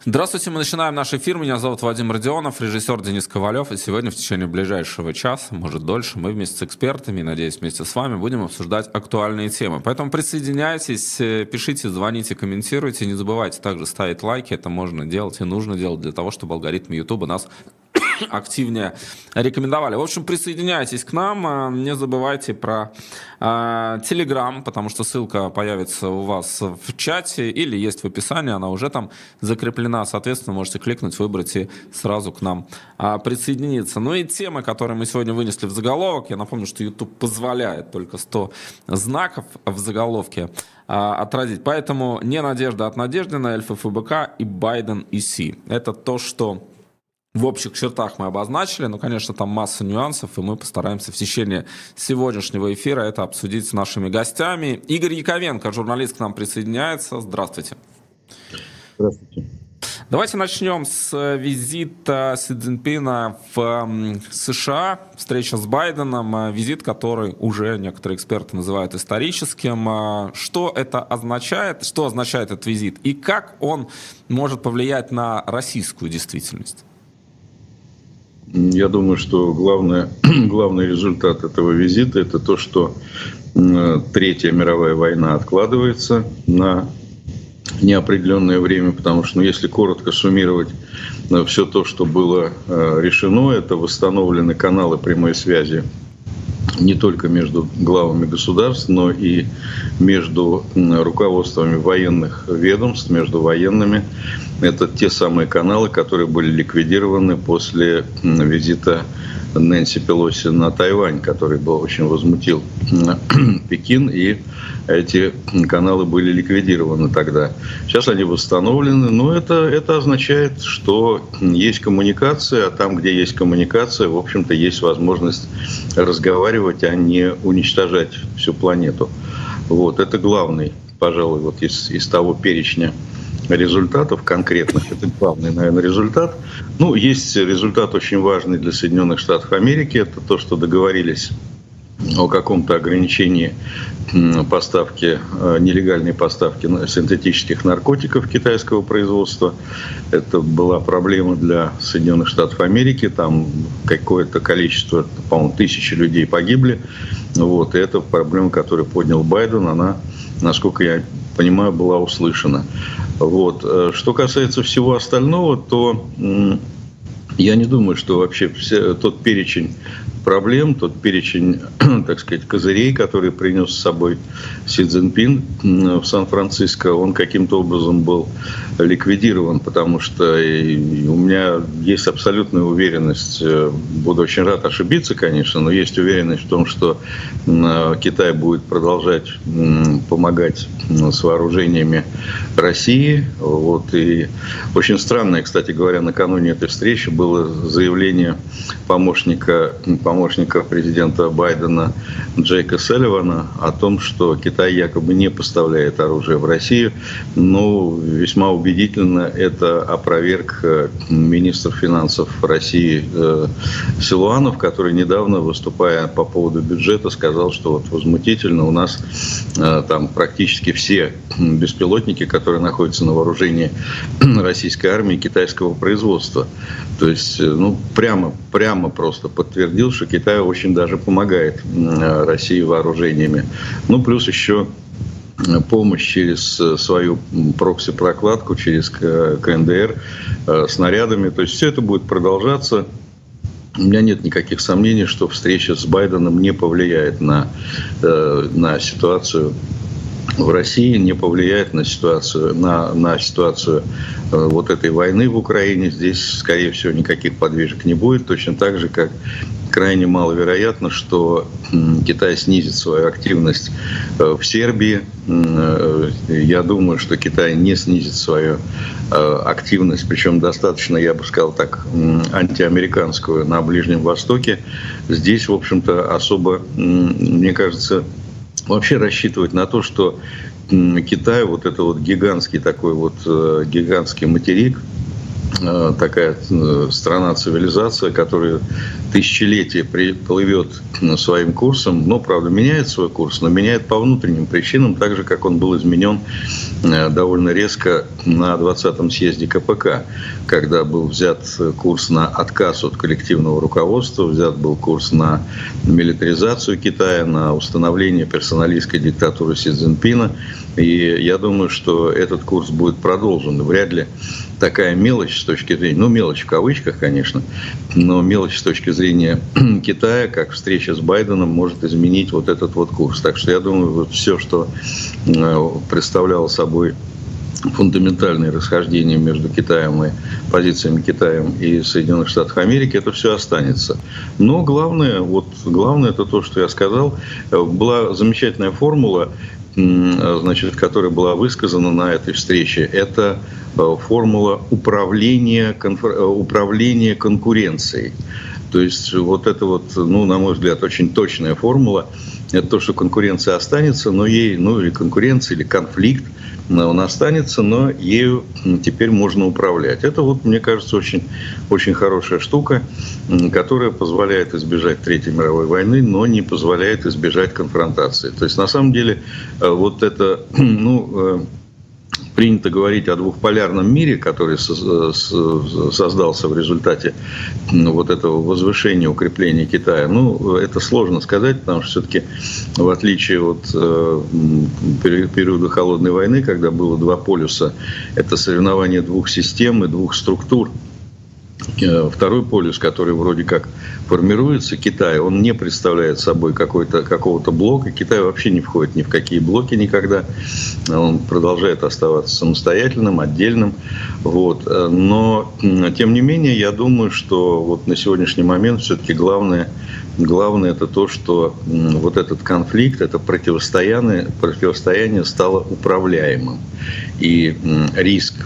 Здравствуйте, мы начинаем наш эфир. Меня зовут Вадим Родионов, режиссер Денис Ковалев. И сегодня в течение ближайшего часа, может дольше, мы вместе с экспертами, надеюсь, вместе с вами будем обсуждать актуальные темы. Поэтому присоединяйтесь, пишите, звоните, комментируйте. Не забывайте также ставить лайки. Это можно делать и нужно делать для того, чтобы алгоритмы YouTube нас активнее рекомендовали. В общем, присоединяйтесь к нам. Не забывайте про Telegram, потому что ссылка появится у вас в чате или есть в описании, она уже там закреплена. Соответственно, можете кликнуть, выбрать и сразу к нам присоединиться. Ну и темы, которые мы сегодня вынесли в заголовок. Я напомню, что YouTube позволяет только 100 знаков в заголовке отразить. Поэтому не Надежда от Надеждина, ЛФФБК и Байден и Си. Это то, что в общих чертах мы обозначили, но, конечно, там масса нюансов, и мы постараемся в течение сегодняшнего эфира это обсудить с нашими гостями. Игорь Яковенко, журналист, к нам присоединяется. Здравствуйте. Здравствуйте. Давайте начнем с визита Си Цзиньпина в США, встреча с Байденом, визит, который уже некоторые эксперты называют историческим. Что это означает, что означает этот визит, и как он может повлиять на российскую действительность? Я думаю, что главный результат этого визита – это то, что Третья мировая война откладывается на неопределенное время, потому что, если коротко суммировать все то, что было решено, это восстановлены каналы прямой связи не только между главами государств, но и между руководствами военных ведомств, между военными. Это те самые каналы, которые были ликвидированы после визита Нэнси Пелоси на Тайвань, который очень возмутил Пекин, и эти каналы были ликвидированы тогда. Сейчас они восстановлены, но это означает, что есть коммуникация, а там, где есть коммуникация, в общем-то, есть возможность разговаривать, а не уничтожать всю планету. Вот, это главный, пожалуй, вот из того перечня результатов конкретных. Это главный, наверное, результат. Есть результат очень важный для Соединенных Штатов Америки. Это то, что договорились о каком-то ограничении поставки, нелегальной поставки синтетических наркотиков китайского производства. Это была проблема для Соединенных Штатов Америки. Там какое-то количество, по-моему, 1000 людей погибли. Вот. И эта проблема, которую поднял Байден, она, насколько я понимаю, была услышана. Вот. Что касается всего остального, то я не думаю, что вообще тот перечень проблем, тот перечень, так сказать, козырей, который принес с собой Си Цзиньпин в Сан-Франциско, он каким-то образом был ликвидирован, потому что у меня есть абсолютная уверенность, буду очень рад ошибиться, конечно, но есть уверенность в том, что Китай будет продолжать помогать с вооружениями России. Вот. И очень странное, кстати говоря, накануне этой встречи было заявление помощника президента Байдена Джейка Салливана о том, что Китай якобы не поставляет оружие в Россию. Но весьма убедительно это опроверг министр финансов России Силуанов, который недавно, выступая по поводу бюджета, сказал, что вот возмутительно, у нас там практически все беспилотники, которые находятся на вооружении российской армии, китайского производства. То есть, прямо просто подтвердил, что Китай очень даже помогает России вооружениями. Плюс еще помощь через свою прокси-прокладку, через КНДР, снарядами. То есть все это будет продолжаться. У меня нет никаких сомнений, что встреча с Байденом не повлияет на ситуацию в России, не повлияет на ситуацию вот этой войны в Украине. Здесь, скорее всего, никаких подвижек не будет. Точно так же, как крайне маловероятно, что Китай снизит свою активность в Сербии. Я думаю, что Китай не снизит свою активность, причем достаточно, я бы сказал так, антиамериканскую на Ближнем Востоке. Здесь, в общем-то, особо, мне кажется, вообще рассчитывать на то, что Китай, вот это вот гигантский материк, такая страна-цивилизация, которая тысячелетие плывет своим курсом, но, правда, меняет свой курс, но меняет по внутренним причинам, так же, как он был изменен довольно резко на 20-м съезде КПК, когда был взят курс на отказ от коллективного руководства, взят был курс на милитаризацию Китая, на установление персоналистской диктатуры Си Цзиньпина. И я думаю, что этот курс будет продолжен. Вряд ли такая мелочь с точки зрения, ну, мелочь в кавычках, конечно, но мелочь с точки зрения Китая, как встреча с Байденом, может изменить вот этот вот курс. Так что я думаю, вот все, что представляло собой фундаментальные расхождения между Китаем и позициями Китая и Соединенных Штатов Америки, это все останется. Но главное это то, что я сказал. Была замечательная формула, значит, которая была высказана на этой встрече. Это формула управления конкуренцией. То есть вот это вот, ну, на мой взгляд, очень точная формула. Это то, что конкуренция останется, но ей, ну, или конкуренция, или конфликт, он останется, но ею теперь можно управлять. Это вот, мне кажется, очень, очень хорошая штука, которая позволяет избежать Третьей мировой войны, но не позволяет избежать конфронтации. То есть, на самом деле, вот это, ну, принято говорить о двухполярном мире, который создался в результате вот этого возвышения, укрепления Китая. Ну, это сложно сказать, потому что все-таки, в отличие от периода Холодной войны, когда было два полюса, это соревнование двух систем и двух структур. Второй полюс, который вроде как формируется, Китай, он не представляет собой какого-то блока. Китай вообще не входит ни в какие блоки никогда. Он продолжает оставаться самостоятельным, отдельным. Вот. Но, тем не менее, я думаю, что вот на сегодняшний момент все-таки главное это то, что вот этот конфликт, это противостояние стало управляемым. И риск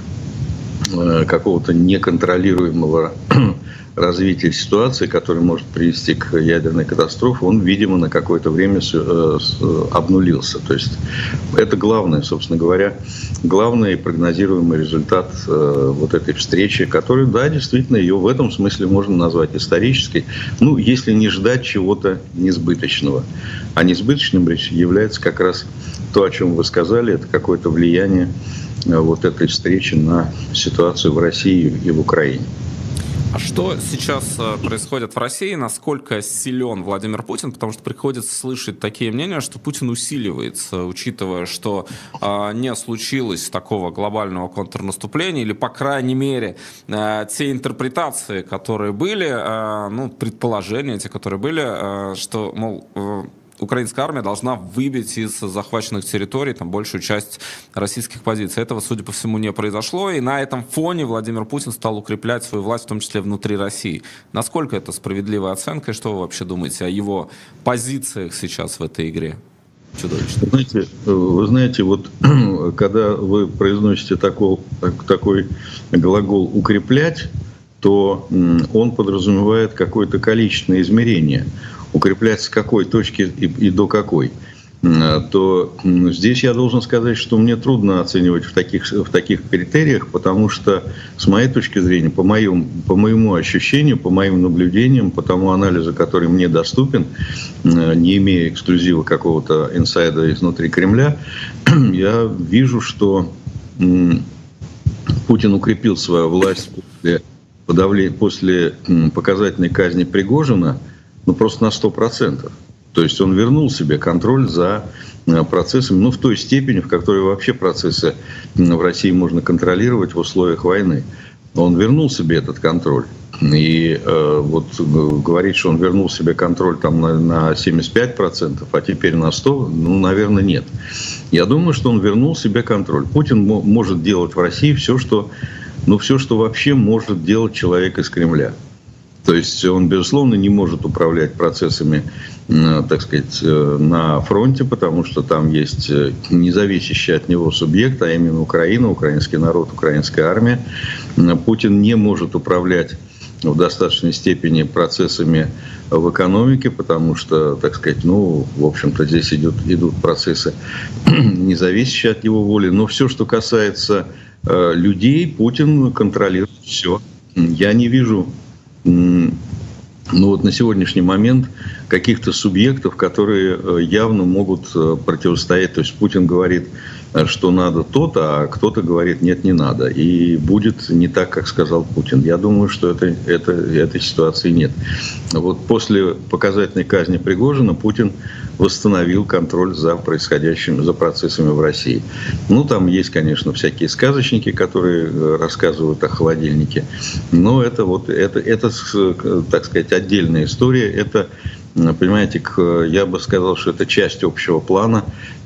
какого-то неконтролируемого развития ситуации, который может привести к ядерной катастрофе, он, видимо, на какое-то время обнулился. То есть это главное, собственно говоря, главный прогнозируемый результат вот этой встречи, которую, да, действительно, ее в этом смысле можно назвать исторической, ну, если не ждать чего-то несбыточного. А несбыточным является как раз то, о чем вы сказали, это какое-то влияние вот этой встречи на ситуацию в России и в Украине. А что сейчас происходит в России? Насколько силен Владимир Путин? Потому что приходится слышать такие мнения, что Путин усиливается, учитывая, что не случилось такого глобального контрнаступления, или, по крайней мере, те интерпретации, которые были, ну, предположения, те, которые были, что, мол, украинская армия должна выбить из захваченных территорий там большую часть российских позиций. Этого, судя по всему, не произошло. И на этом фоне Владимир Путин стал укреплять свою власть, в том числе внутри России. Насколько это справедливая оценка? И что вы вообще думаете о его позициях сейчас в этой игре? Чудовищно. Вы знаете, вот когда вы произносите такой глагол «укреплять», то он подразумевает какое-то количественное измерение. Укреплять с какой точки и до какой, то здесь я должен сказать, что мне трудно оценивать в таких критериях, потому что, с моей точки зрения, по моему ощущению, по моим наблюдениям, по тому анализу, который мне доступен, не имея эксклюзива какого-то инсайда изнутри Кремля, я вижу, что Путин укрепил свою власть после показательной казни Пригожина, ну, просто на 100%. То есть он вернул себе контроль за процессами, ну, в той степени, в которой вообще процессы в России можно контролировать в условиях войны. Он вернул себе этот контроль. И вот говорить, что он вернул себе контроль там на 75%, а теперь на 100%, ну, наверное, нет. Я думаю, что он вернул себе контроль. Путин может делать в России все, что вообще может делать человек из Кремля. То есть он, безусловно, не может управлять процессами, так сказать, на фронте, потому что там есть независящий от него субъект, а именно Украина, украинский народ, украинская армия. Путин не может управлять в достаточной степени процессами в экономике, потому что, так сказать, ну, в общем-то, здесь идут процессы, независящие от его воли. Но все, что касается людей, Путин контролирует все. Я не вижу Но вот на сегодняшний момент каких-то субъектов, которые явно могут противостоять. То есть Путин говорит, что надо то-то, а кто-то говорит, нет, не надо. И будет не так, как сказал Путин. Я думаю, что этой ситуации нет. Вот после показательной казни Пригожина Путин восстановил контроль за происходящим, за процессами в России. Ну, там есть, конечно, всякие сказочники, которые рассказывают о холодильнике. Но это, так сказать, отдельная история. Это, понимаете, я бы сказал, что это часть общего плана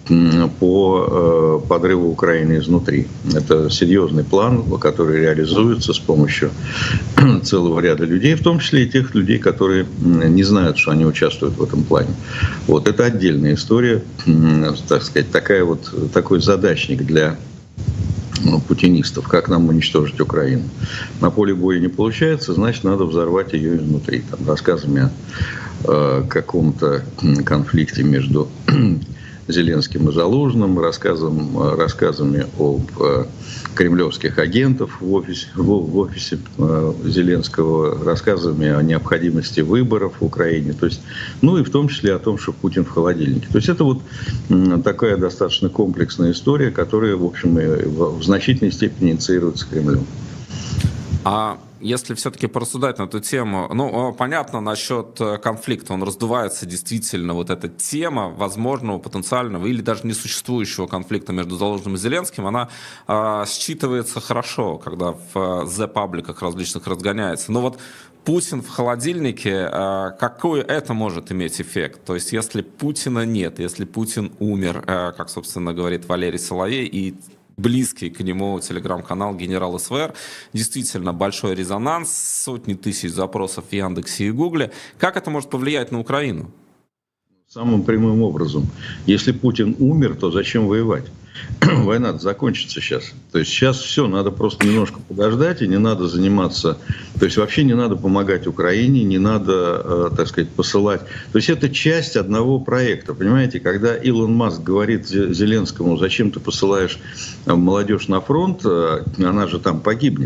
по подрыву Украины изнутри. Это серьезный план, который реализуется с помощью целого ряда людей, в том числе и тех людей, которые не знают, что они участвуют в этом плане. Вот это отдельная история, так сказать, такой задачник для путинистов, как нам уничтожить Украину. На поле боя не получается, значит, надо взорвать ее изнутри. Там, рассказами о каком-то конфликте между Зеленским и Залужным, рассказами об кремлевских агентах в офисе Зеленского, рассказами о необходимости выборов в Украине, то есть, ну и в том числе о том, что Путин в холодильнике. То есть это вот такая достаточно комплексная история, которая, в общем, в значительной степени инициируется Кремлем. А если все-таки порассуждать на эту тему, ну, понятно, насчет конфликта, он раздувается действительно, вот эта тема возможного, потенциального или даже несуществующего конфликта между Залужным и Зеленским, она считывается хорошо, когда в The Public'ах различных разгоняется. Но вот Путин в холодильнике, какой это может иметь эффект? То есть, если Путина нет, если Путин умер, как, собственно, говорит Валерий Соловей, и близкий к нему телеграм-канал «Генерал СВР». Действительно большой резонанс, сотни тысяч запросов в Яндексе и Гугле. Как это может повлиять на Украину? Самым прямым образом. Если Путин умер, то зачем воевать? Война закончится сейчас. То есть сейчас все, надо просто немножко подождать, и не надо заниматься... То есть вообще не надо помогать Украине, не надо, так сказать, посылать... То есть это часть одного проекта, понимаете? Когда Илон Маск говорит Зеленскому, зачем ты посылаешь молодежь на фронт, она же там погибнет,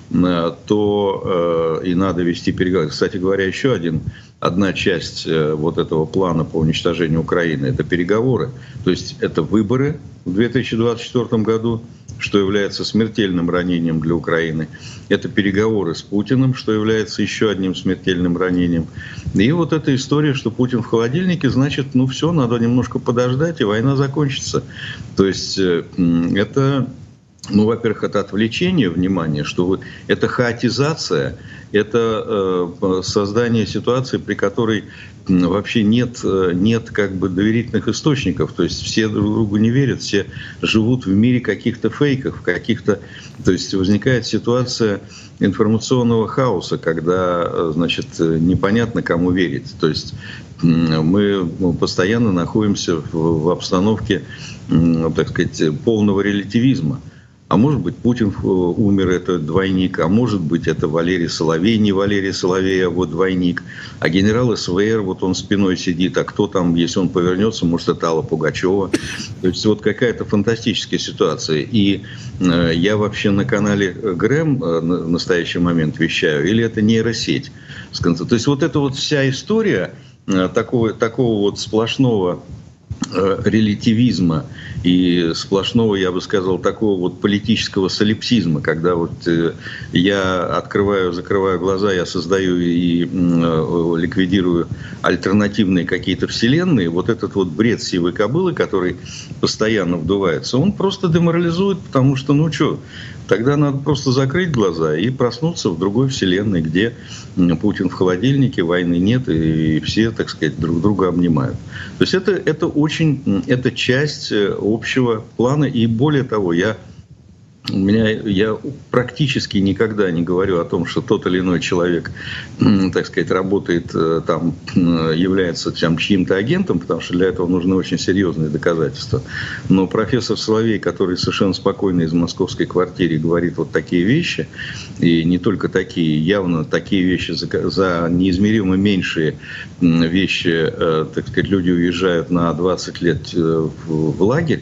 то и надо вести переговоры. Кстати говоря, еще одна часть вот этого плана по уничтожению Украины – это переговоры. То есть это выборы в 2024 году, что является смертельным ранением для Украины. Это переговоры с Путиным, что является еще одним смертельным ранением. И вот эта история, что Путин в холодильнике, значит, ну все, надо немножко подождать, и война закончится. То есть это... Ну, во-первых, это отвлечение внимания, что это хаотизация, это создание ситуации, при которой вообще нет как бы доверительных источников. То есть все друг другу не верят, все живут в мире каких-то фейков, то есть возникает ситуация информационного хаоса, когда, значит, непонятно, кому верить. То есть мы постоянно находимся в обстановке, так сказать, полного релятивизма. А может быть, Путин умер, это двойник, а может быть, это Валерий Соловей, не Валерий Соловей, а вот двойник. А генерал СВР, вот он спиной сидит, а кто там, если он повернется, может, это Алла Пугачева. То есть вот какая-то фантастическая ситуация. И я вообще на канале ГРЭМ в настоящий момент вещаю, или это нейросеть? То есть вот эта вот вся история такого вот сплошного релятивизма и сплошного, я бы сказал, такого вот политического солипсизма, когда вот я закрываю глаза, я создаю и ликвидирую альтернативные какие-то вселенные, вот этот вот бред сивой кобылы, который постоянно вдувается, он просто деморализует, потому что, ну что, тогда надо просто закрыть глаза и проснуться в другой вселенной, где Путин в холодильнике, войны нет, и все, так сказать, друг друга обнимают. То есть это часть общего плана. И более того, я практически никогда не говорю о том, что тот или иной человек, так сказать, работает там, является там чьим-то агентом, потому что для этого нужны очень серьезные доказательства. Но профессор Соловей, который совершенно спокойно из московской квартиры говорит вот такие вещи, и не только такие, явно такие вещи за неизмеримо меньшие вещи, так сказать, люди уезжают на 20 лет в лагерь,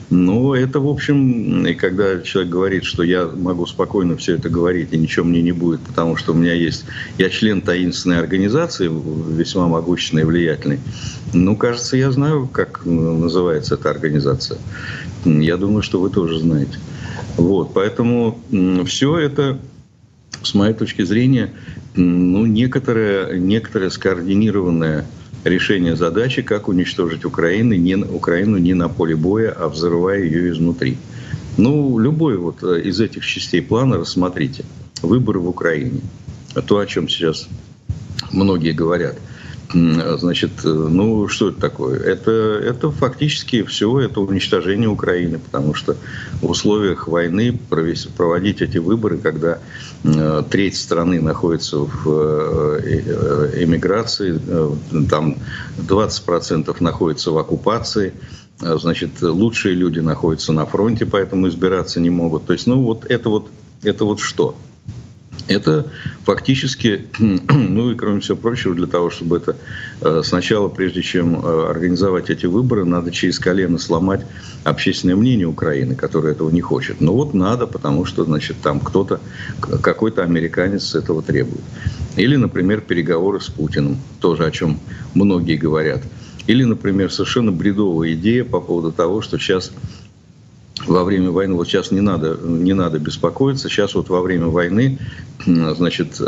Но это, в общем, и когда человек говорит, что я могу спокойно все это говорить, и ничего мне не будет, потому что у меня есть... Я член таинственной организации, весьма могущественной и влиятельной. Ну, кажется, я знаю, как называется эта организация. Я думаю, что вы тоже знаете. Вот, поэтому все это, с моей точки зрения, ну, некоторое скоординированное решение задачи, как уничтожить Украину не на поле боя, а взрывая ее изнутри. Ну, любой вот из этих частей плана рассмотрите. Выборы в Украине. То, о чем сейчас многие говорят. Значит, ну, что это такое? Это фактически все, это уничтожение Украины, потому что в условиях войны проводить эти выборы, когда треть страны находится в эмиграции, там 20% находится в оккупации, значит, лучшие люди находятся на фронте, поэтому избираться не могут. То есть, ну, это вот что? Это фактически, ну и кроме всего прочего, для того, чтобы это сначала, прежде чем организовать эти выборы, надо через колено сломать общественное мнение Украины, которое этого не хочет. Но вот надо, потому что, значит, там какой-то американец этого требует. Или, например, переговоры с Путиным, тоже о чем многие говорят. Или, например, совершенно бредовая идея по поводу того, что сейчас... Во время войны, вот сейчас не надо беспокоиться, сейчас вот во время войны, значит,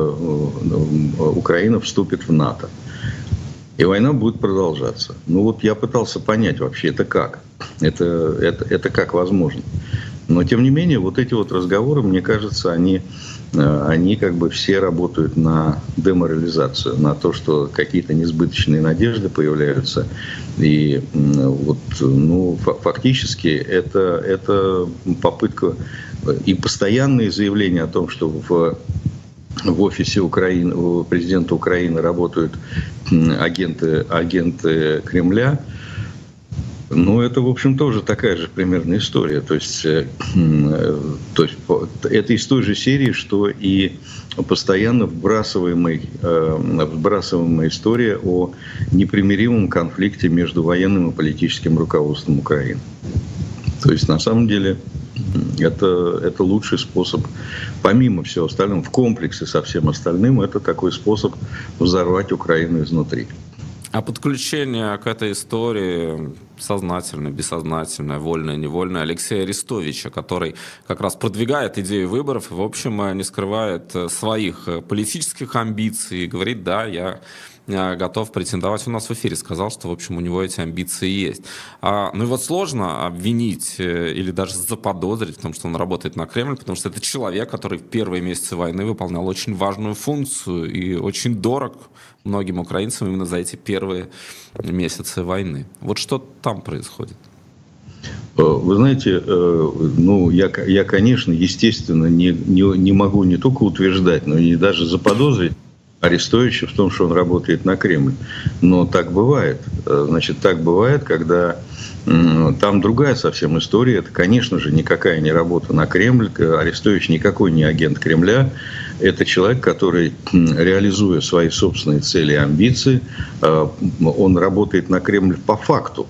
Украина вступит в НАТО. И война будет продолжаться. Ну вот я пытался понять вообще, это как? Это как возможно? Но тем не менее, вот эти вот разговоры, мне кажется, они как бы все работают на деморализацию, на то, что какие-то несбыточные надежды появляются. И вот, ну, фактически это попытка и постоянные заявления о том, что в офисе у президента Украины работают агенты Кремля. Ну, это, в общем, тоже такая же примерная история. То есть это из той же серии, что и постоянно вбрасываемая история о непримиримом конфликте между военным и политическим руководством Украины. То есть, на самом деле, это лучший способ, помимо всего остального, в комплексе со всем остальным, это такой способ взорвать Украину изнутри. А подключение к этой истории сознательное, бессознательное, вольное, невольное Алексея Арестовича, который как раз продвигает идею выборов и, в общем, не скрывает своих политических амбиций и говорит, да, я готов претендовать. У нас в эфире сказал, что, в общем, у него эти амбиции есть. Ну и вот сложно обвинить или даже заподозрить в том, что он работает на Кремль, потому что это человек, который в первые месяцы войны выполнял очень важную функцию и очень дорог многим украинцам именно за эти первые месяцы войны. Вот что там происходит? Вы знаете, ну, я, конечно, естественно, не могу не только утверждать, но и даже заподозрить Арестовича в том, что он работает на Кремль. Но так бывает. Значит, так бывает, когда там другая совсем история. Это, конечно же, никакая не работа на Кремль. Арестович никакой не агент Кремля. Это человек, который, реализуя свои собственные цели и амбиции, он работает на Кремль по факту.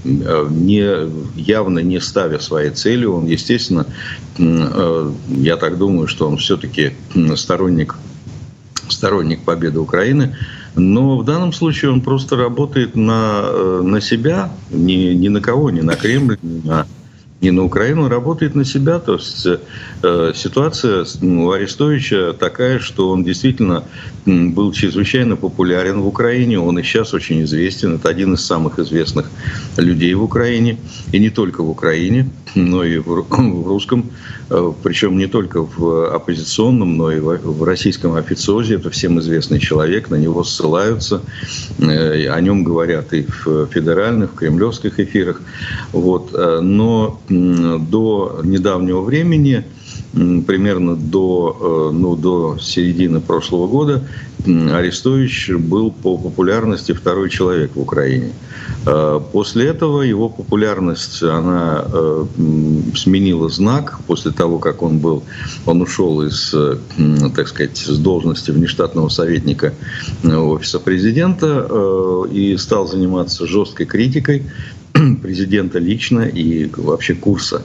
Явно не ставя своей цели. Он, естественно, я так думаю, что он все-таки сторонник победы Украины, но в данном случае он просто работает на себя, ни на кого, ни на Кремль, ни на Украину, он работает на себя. То есть ситуация у Арестовича такая, что он действительно был чрезвычайно популярен в Украине, он и сейчас очень известен, это один из самых известных людей в Украине, и не только в Украине, но и в русском, причем не только в оппозиционном, но и в российском официозе. Это всем известный человек, на него ссылаются, о нем говорят и в федеральных, в кремлевских эфирах. Вот. Но до недавнего времени, примерно до середины прошлого года, Арестович был по популярности второй человек в Украине. После этого его популярность, она сменила знак. После того, как он ушел из, так сказать, с должности внештатного советника офиса президента и стал заниматься жесткой критикой президента лично и вообще курса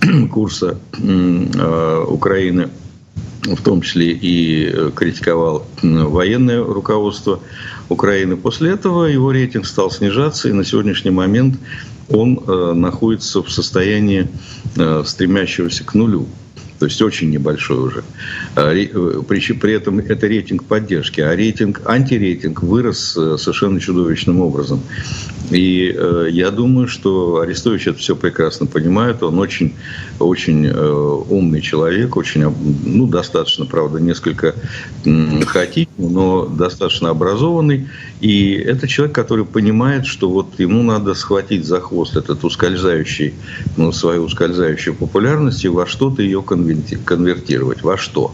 Украины, в том числе и критиковал военное руководство Украины. После этого его рейтинг стал снижаться, и на сегодняшний момент он находится в состоянии стремящегося к нулю. То есть очень небольшой уже. При этом это рейтинг поддержки, а антирейтинг вырос совершенно чудовищным образом. И я думаю, что Арестович это все прекрасно понимает. Он очень умный человек, достаточно, правда, несколько хаотичный, но достаточно образованный. И это человек, который понимает, что вот ему надо схватить за хвост этот свою ускользающую популярность и во что-то ее конвертировать. Во что?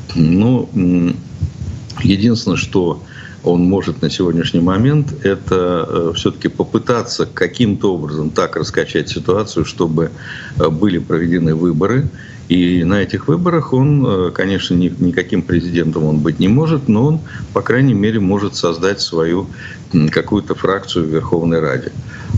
Единственное, что он может на сегодняшний момент, это все-таки попытаться каким-то образом так раскачать ситуацию, чтобы были проведены выборы. И на этих выборах он, конечно, никаким президентом он быть не может, но он, по крайней мере, может создать свою какую-то фракцию в Верховной Раде.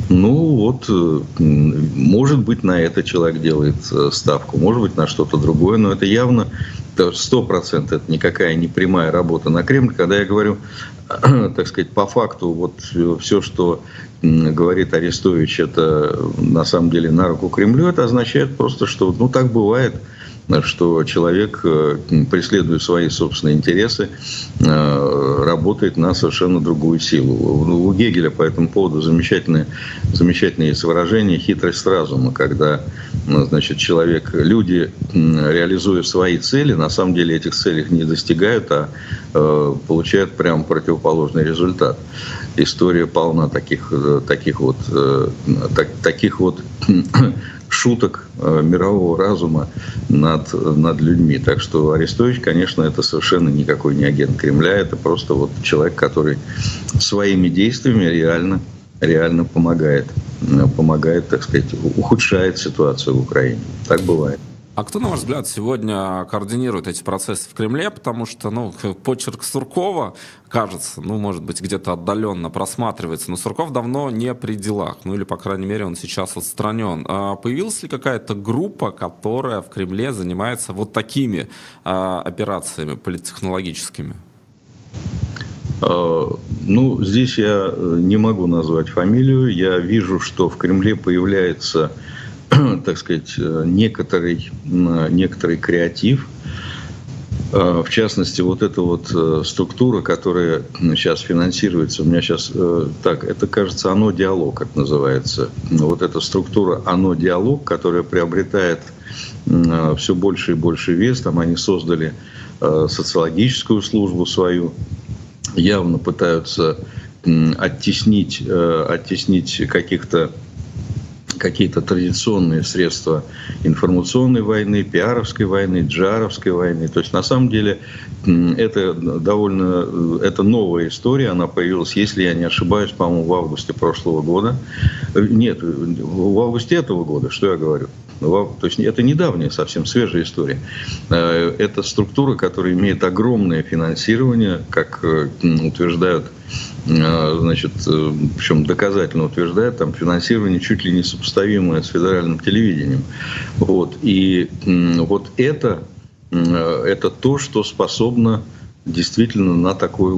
Может быть, на это человек делает ставку, может быть, на что-то другое, но это явно 100% это никакая не прямая работа на Кремль. Когда я говорю, так сказать, по факту, все, что говорит Арестович, это на самом деле на руку Кремлю, это означает просто, что так бывает, что человек, преследуя свои собственные интересы, работает на совершенно другую силу. У Гегеля по этому поводу замечательное есть выражение «хитрость разума», когда люди, реализуя свои цели, на самом деле этих целей не достигают, а получают прямо противоположный результат. История полна таких шуток мирового разума над людьми. Так что Арестович, конечно, это совершенно никакой не агент Кремля, это просто человек, который своими действиями реально помогает, так сказать, ухудшает ситуацию в Украине. Так бывает. А кто, на ваш взгляд, сегодня координирует эти процессы в Кремле? Потому что, почерк Суркова, кажется, может быть, где-то отдаленно просматривается, но Сурков давно не при делах, или, по крайней мере, он сейчас отстранен. Появилась ли какая-то группа, которая в Кремле занимается такими операциями политтехнологическими? Здесь я не могу назвать фамилию. Я вижу, что в Кремле появляется, так сказать, некоторый креатив. В частности, эта структура, которая сейчас финансируется, у меня сейчас, это, кажется, «Оно диалог», это называется. Эта структура «Оно диалог», которая приобретает все больше и больше вес. Там они создали социологическую службу свою, явно пытаются оттеснить какие-то традиционные средства информационной войны, пиаровской войны, джаровской войны. То есть, на самом деле, это новая история. Она появилась, если я не ошибаюсь, по-моему, в августе прошлого года. Нет, в августе этого года, что я говорю. То есть, это недавняя, совсем свежая история. Это структура, которая имеет огромное финансирование, как утверждают, причем доказательно утверждают, там финансирование чуть ли не сопоставимое с федеральным телевидением. И это то, что способно действительно на такой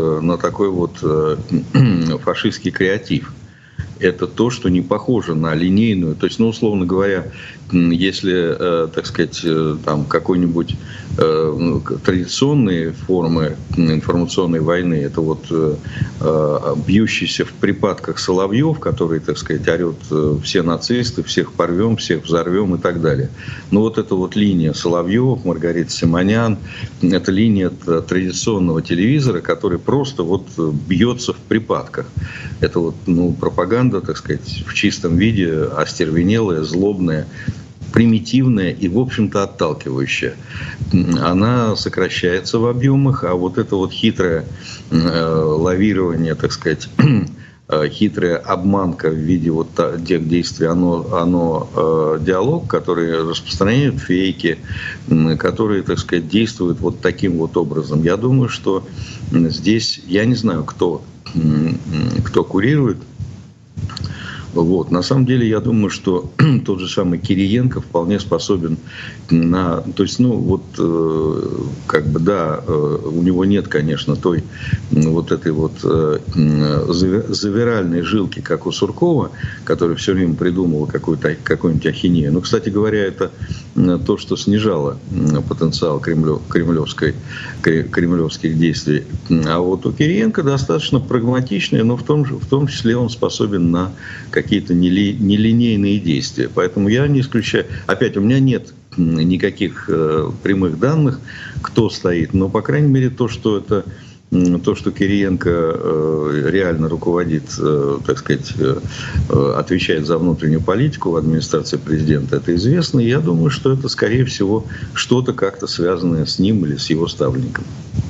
фашистский креатив. Это то, что не похоже на линейную. То есть, условно говоря, если, так сказать, там какой-нибудь традиционные формы информационной войны, это бьющийся в припадках Соловьев, который, так сказать, орет: все нацисты, всех порвем, всех взорвем и так далее. Но эта линия Соловьев, Маргарита Симонян, это линия традиционного телевизора, который просто бьется в припадках. Это пропаганда, так сказать, в чистом виде, остервенелая, злобная, примитивная и, в общем-то, отталкивающая. Она сокращается в объемах, а это хитрое лавирование, так сказать, хитрая обманка в виде тех действий, оно диалог, который распространяет фейки, которые, так сказать, действуют таким образом. Я думаю, что здесь, я не знаю, кто курирует Вот. На самом деле, я думаю, что тот же самый Кириенко вполне способен на... То есть, ну, вот, как бы, да, у него нет, конечно, той вот этой вот завиральной жилки, как у Суркова, который все время придумывал какую-нибудь ахинею. Ну, кстати говоря, это то, что снижало потенциал кремлевских действий. А вот у Кириенко достаточно прагматичный, но в том числе он способен на какие-то нелинейные действия. Поэтому я не исключаю... Опять, у меня нет никаких прямых данных, кто стоит, но, по крайней мере, то, что Кириенко реально руководит, так сказать, отвечает за внутреннюю политику в администрации президента, это известно. И я думаю, что это, скорее всего, что-то как-то связанное с ним или с его ставленником.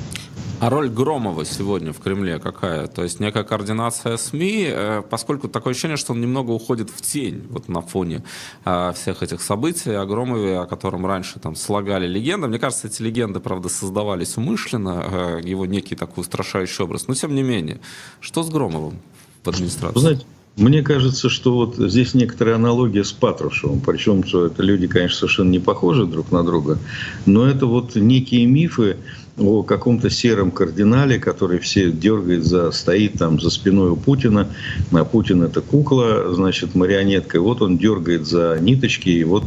А роль Громова сегодня в Кремле какая? То есть некая координация СМИ, поскольку такое ощущение, что он немного уходит в тень вот на фоне всех этих событий. О Громове, о котором раньше там слагали легенды. Мне кажется, эти легенды, правда, создавались умышленно, его некий такой устрашающий образ. Но тем не менее, что с Громовым в администрации? Вы знаете, мне кажется, что вот здесь некоторая аналогия с Патрушевым. Причем, что это люди, конечно, совершенно не похожи друг на друга, но это вот некие мифы о каком-то сером кардинале, который все дергает, стоит там за спиной у Путина. А Путин — это кукла, значит, марионетка. И вот он дергает за ниточки, и вот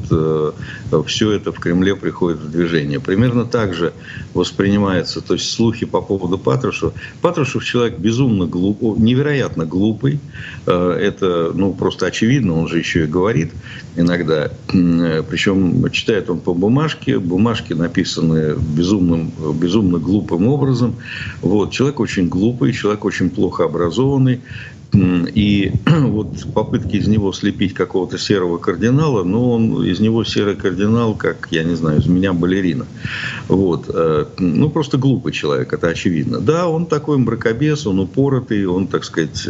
все это в Кремле приходит в движение. Примерно так же воспринимается, то есть слухи по поводу Патрушева. Патрушев человек безумно глупый, невероятно глупый. Это, ну, просто очевидно, он же еще и говорит иногда. Причем читает он по бумажке. Бумажки написаны безумно глупым образом. Вот. Человек очень глупый, человек очень плохо образованный. И вот попытки из него слепить какого-то серого кардинала, ну, из него серый кардинал, как, я не знаю, из меня балерина. Вот. Ну, просто глупый человек, это очевидно. Да, он такой мракобес, он упоротый, он, так сказать,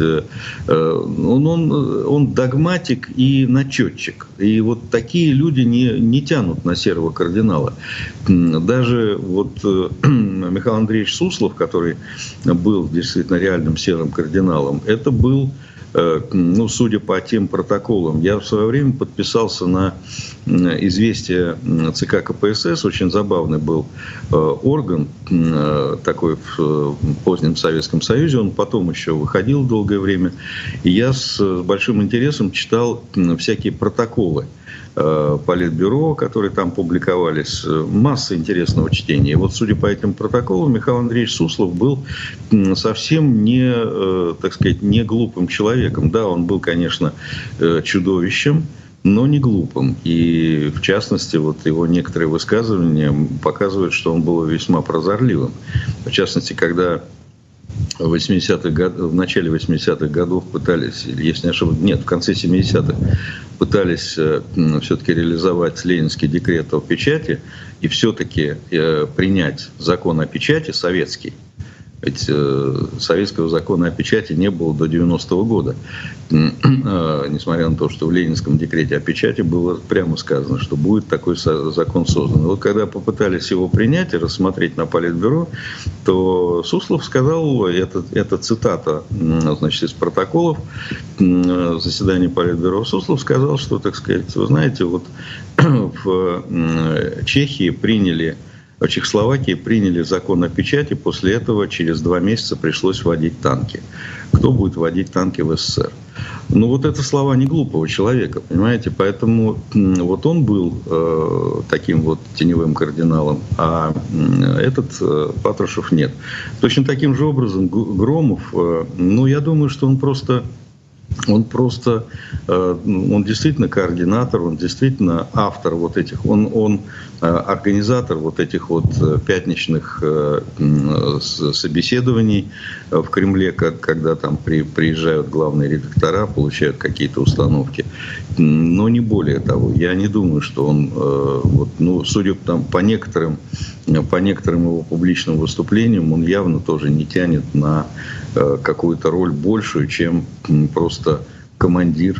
он догматик и начетчик. И вот такие люди не тянут на серого кардинала. Даже вот Михаил Андреевич Суслов, который был действительно реальным серым кардиналом, это был, ну, судя по тем протоколам, я в свое время подписался на известие ЦК КПСС, очень забавный был орган такой в позднем Советском Союзе, он потом еще выходил долгое время, и я с большим интересом читал всякие протоколы Политбюро, которые там публиковались, масса интересного чтения. И вот, судя по этим протоколам, Михаил Андреевич Суслов был совсем не, так сказать, не глупым человеком. Да, он был, конечно, чудовищем, но не глупым. И, в частности, вот его некоторые высказывания показывают, что он был весьма прозорливым. В частности, когда в начале 80-х годов пытались, если не ошибаюсь, нет, в конце 70-х пытались все-таки реализовать ленинский декрет о печати и все-таки принять закон о печати советский. Ведь советского закона о печати не было до 90-го года. Несмотря на то, что в ленинском декрете о печати было прямо сказано, что будет такой закон создан. И вот когда попытались его принять и рассмотреть на Политбюро, то Суслов сказал, это цитата, значит, из протоколов заседания Политбюро, Суслов сказал, что, так сказать, вы знаете, вот в Чехии в Чехословакии приняли закон о печати, после этого через 2 месяца пришлось вводить танки. Кто будет вводить танки в СССР? Ну, вот это слова не глупого человека, понимаете? Поэтому вот он был таким вот теневым кардиналом, а этот Патрушев нет. Точно таким же образом Громов, ну, я думаю, что он действительно координатор, он действительно автор вот этих, он организатор вот этих вот пятничных собеседований в Кремле, когда там приезжают главные редактора, получают какие-то установки. Но не более того. Я не думаю, что он, вот, ну, судя там, по некоторым его публичным выступлениям, он явно тоже не тянет на какую-то роль большую, чем просто командир,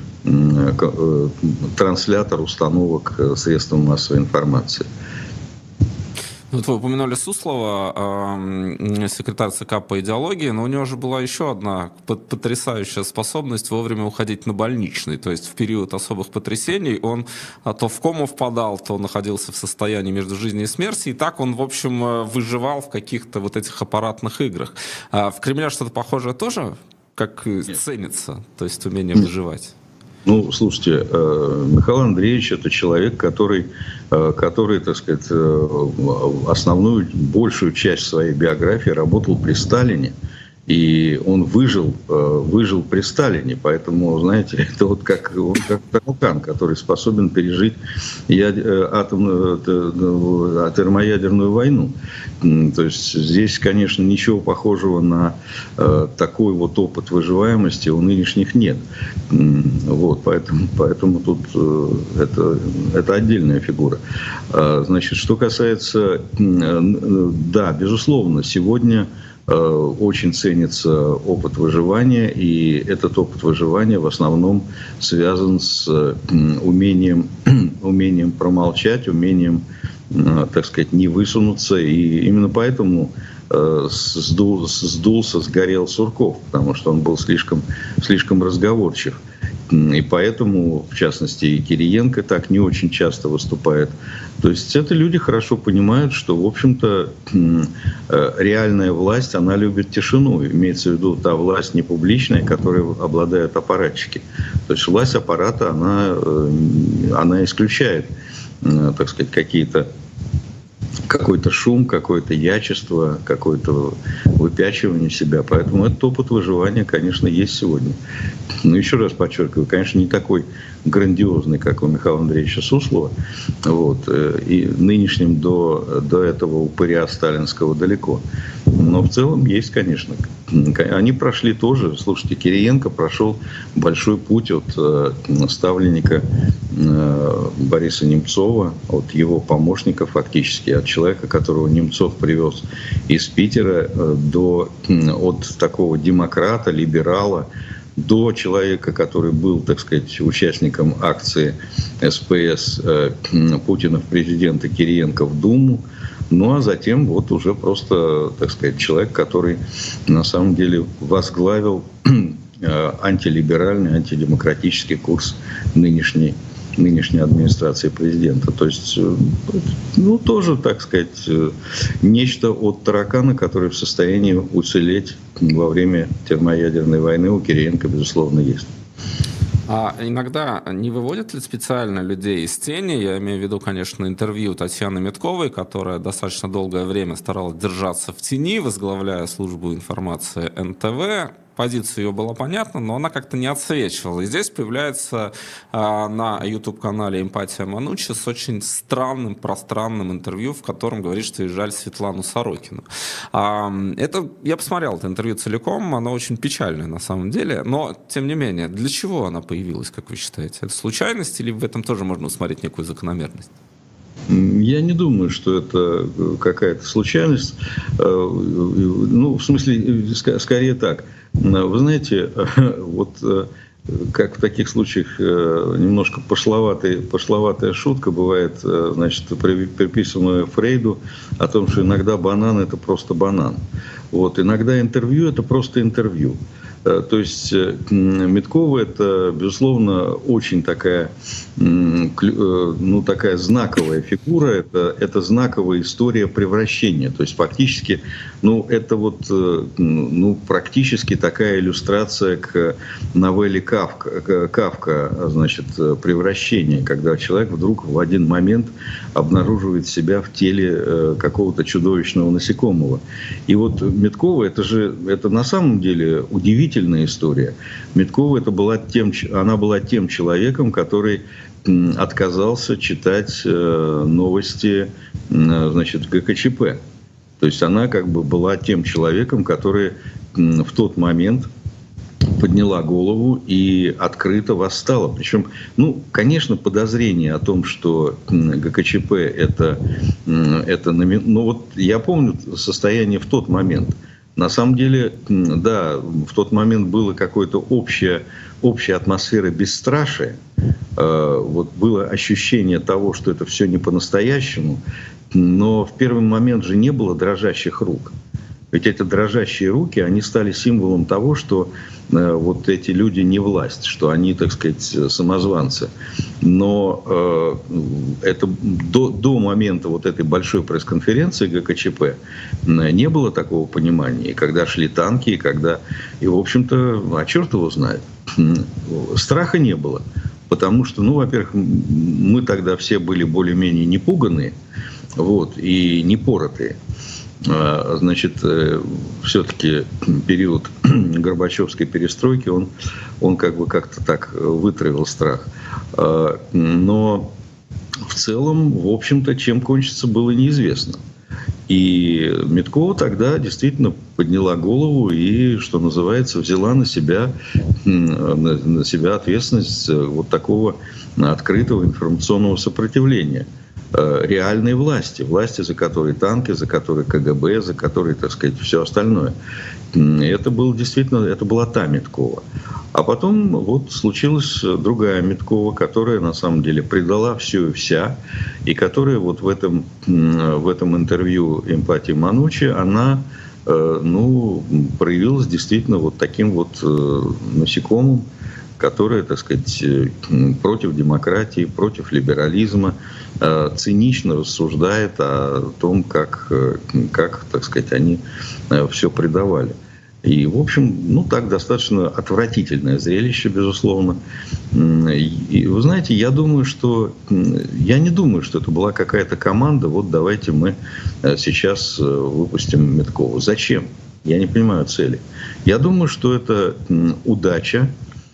транслятор установок средств массовой информации. Вот вы упомянули Суслова, секретарь ЦК по идеологии, но у него же была еще одна потрясающая способность вовремя уходить на больничный. То есть в период особых потрясений он то в кому впадал, то находился в состоянии между жизнью и смертью. И так он, в общем, выживал в каких-то вот этих аппаратных играх. А в Кремле что-то похожее тоже как ценится? То есть умение выживать? Ну, слушайте, Михаил Андреевич – это человек, который, так сказать, основную, большую часть своей биографии работал при Сталине. И он выжил при Сталине. Поэтому, знаете, это вот как таракан, который способен пережить термоядерную войну. То есть здесь, конечно, ничего похожего на такой вот опыт выживаемости у нынешних нет. Вот, поэтому тут это отдельная фигура. Значит, что касается, да, безусловно, сегодня очень ценится опыт выживания, и этот опыт выживания в основном связан с умением промолчать, умением, так сказать, не высунуться. И именно поэтому сгорел Сурков, потому что он был слишком разговорчив. И поэтому, в частности, и Кириенко так не очень часто выступает. То есть это люди хорошо понимают, что, в общем-то, реальная власть, она любит тишину. Имеется в виду та власть не публичная, которой обладают аппаратчики. То есть власть аппарата, она исключает, так сказать, какой-то шум, какое-то ячество, какое-то выпячивание себя. Поэтому этот опыт выживания, конечно, есть сегодня. Но еще раз подчеркиваю, конечно, не такой грандиозный, как у Михаила Андреевича Суслова. Вот. И нынешним до этого упыря сталинского далеко. Но в целом есть, конечно. Они прошли тоже. Слушайте, Кириенко прошел большой путь от ставленника Бориса Немцова, от его помощника фактически, от человека, которого Немцов привез из Питера, от такого демократа, либерала, до человека, который был, так сказать, участником акции СПС Путина в президента, Кириенко в Думу. Ну, а затем вот уже просто, так сказать, человек, который на самом деле возглавил антилиберальный, антидемократический курс нынешней администрации президента. То есть, ну, тоже, так сказать, нечто от таракана, который в состоянии уцелеть во время термоядерной войны, у Кириенко, безусловно, есть. А иногда не выводят ли специально людей из тени? Я имею в виду, конечно, интервью Татьяны Метковой, которая достаточно долгое время старалась держаться в тени, возглавляя службу информации НТВ. Позиция ее была понятна, но она как-то не отсвечивала. И здесь появляется на YouTube-канале «Эмпатия Манучи» с очень странным, пространным интервью, в котором говорит, что ей жаль Светлану Сорокину. Я посмотрел это интервью целиком, оно очень печальное на самом деле, но, тем не менее, для чего она появилась, как вы считаете? Это случайность или в этом тоже можно усмотреть некую закономерность? Я не думаю, что это какая-то случайность. Ну, в смысле, скорее так. Вы знаете, вот как в таких случаях немножко пошловатая шутка бывает, значит, приписанная Фрейду о том, что иногда банан – это просто банан. Вот, иногда интервью – это просто интервью. То есть Меткова – это, безусловно, очень такая знаковая фигура, это знаковая история превращения. То есть фактически, это практически такая иллюстрация к новелле Кафка, значит, «Превращение», когда человек вдруг в один момент обнаруживает себя в теле какого-то чудовищного насекомого. И вот Меткова – это на самом деле удивительная история. Меткова она была тем человеком, который отказался читать новости, значит, ГКЧП. То есть она как бы была тем человеком, который в тот момент подняла голову и открыто восстала. Причем, конечно, подозрение о том, что ГКЧП я помню состояние в тот момент. На самом деле, да, в тот момент было какое-то общая атмосфера бесстрашия. Вот было ощущение того, что это все не по-настоящему. Но в первый момент же не было дрожащих рук. Ведь эти дрожащие руки, они стали символом того, что вот эти люди не власть, что они, так сказать, самозванцы. Но это до момента вот этой большой пресс-конференции ГКЧП не было такого понимания. И когда шли танки, и в общем-то, а черт его знает, страха не было. Потому что, ну, во-первых, мы тогда все были более-менее непуганные, вот, и непоротые. Значит, все-таки период Горбачевской перестройки, он как бы как-то так вытравил страх. Но в целом, в общем-то, чем кончится, было неизвестно. И Миткова тогда действительно подняла голову и, что называется, взяла на себя ответственность вот такого открытого информационного сопротивления реальной власти, за которой танки, за которой КГБ, за которой, так сказать, все остальное. Это была та Миткова. А потом вот случилась другая Миткова, которая на самом деле предала все и вся, и которая вот в этом интервью «Эмпатии Манучи», она проявилась действительно вот таким вот насекомым, которое, так сказать, против демократии, против либерализма, цинично рассуждает о том, как, так сказать, они все предавали. И, в общем, так достаточно отвратительное зрелище, безусловно. И вы знаете, я не думаю, что это была какая-то команда, вот давайте мы сейчас выпустим Миткову. Зачем? Я не понимаю цели. Я думаю, что это удача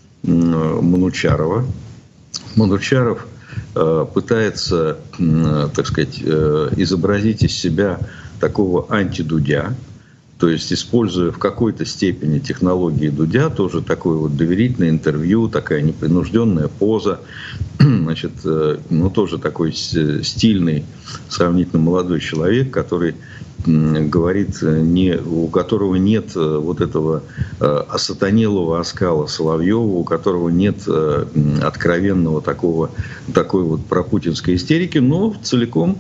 Манучарова. Манучаров пытается, так сказать, изобразить из себя такого антидудя, то есть используя в какой-то степени технологии Дудя, тоже такое вот доверительное интервью, такая непринужденная поза, значит, тоже такой стильный, сравнительно молодой человек, который говорит, у которого нет вот этого осатанелого оскала Соловьева, у которого нет откровенного такой вот пропутинской истерики, но целиком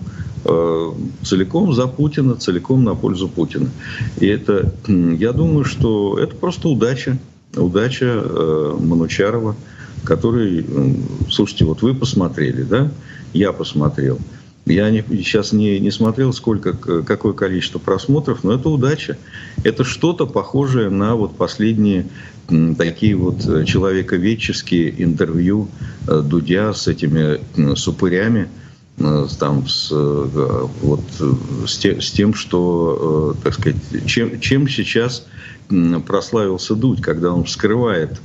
за Путина, целиком на пользу Путина. И это, я думаю, что это просто удача Манучарова, который, слушайте, вот вы посмотрели, да, я посмотрел. Я сейчас не смотрел, какое количество просмотров, но это удача. Это что-то похожее на вот последние такие вот человековедческие интервью Дудя с этими супырями, там, с тем, что, так сказать, чем сейчас прославился Дудь, когда он вскрывает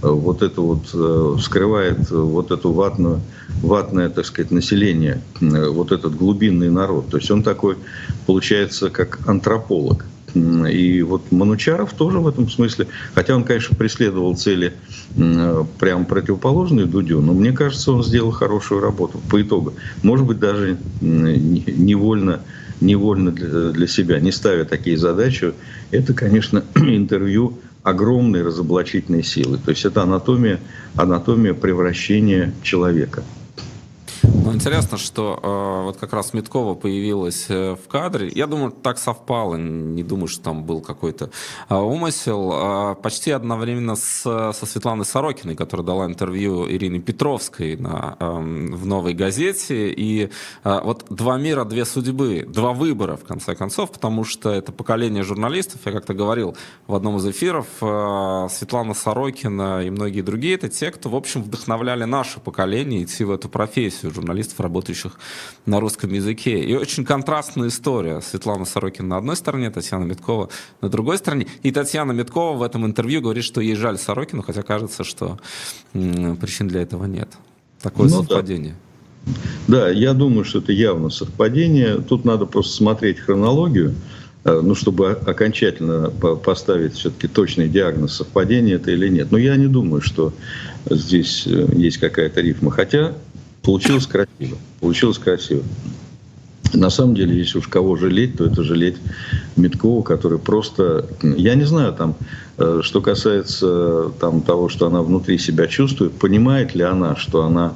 эту ватное, так сказать, население, вот этот глубинный народ. То есть он такой, получается, как антрополог. И вот Манучаров тоже в этом смысле, хотя он, конечно, преследовал цели прямо противоположные Дудю, но мне кажется, он сделал хорошую работу по итогу. Может быть, даже невольно для себя, не ставя такие задачи. Это, конечно, интервью огромной разоблачительной силы. То есть это анатомия превращения человека. Ну, интересно, что вот как раз Миткова появилась в кадре. Я думаю, так совпало. Не думаю, что там был какой-то умысел. Почти одновременно со Светланой Сорокиной, которая дала интервью Ирине Петровской в «Новой газете». И вот два мира, две судьбы, два выбора, в конце концов, потому что это поколение журналистов. Я как-то говорил в одном из эфиров, Светлана Сорокина и многие другие, это те, кто, в общем, вдохновляли наше поколение идти в эту профессию журналистов, работающих на русском языке. И очень контрастная история. Светлана Сорокина на одной стороне, Татьяна Миткова на другой стороне. И Татьяна Миткова в этом интервью говорит, что ей жаль Сорокину, хотя кажется, что причин для этого нет. Такое совпадение. Да, я думаю, что это явно совпадение. Тут надо просто смотреть хронологию, чтобы окончательно поставить все-таки точный диагноз, совпадение это или нет. Но я не думаю, что здесь есть какая-то рифма. Хотя получилось красиво. На самом деле, если уж кого жалеть, то это жалеть Миткову, который просто... Я не знаю, что касается того, что она внутри себя чувствует, понимает ли она, что она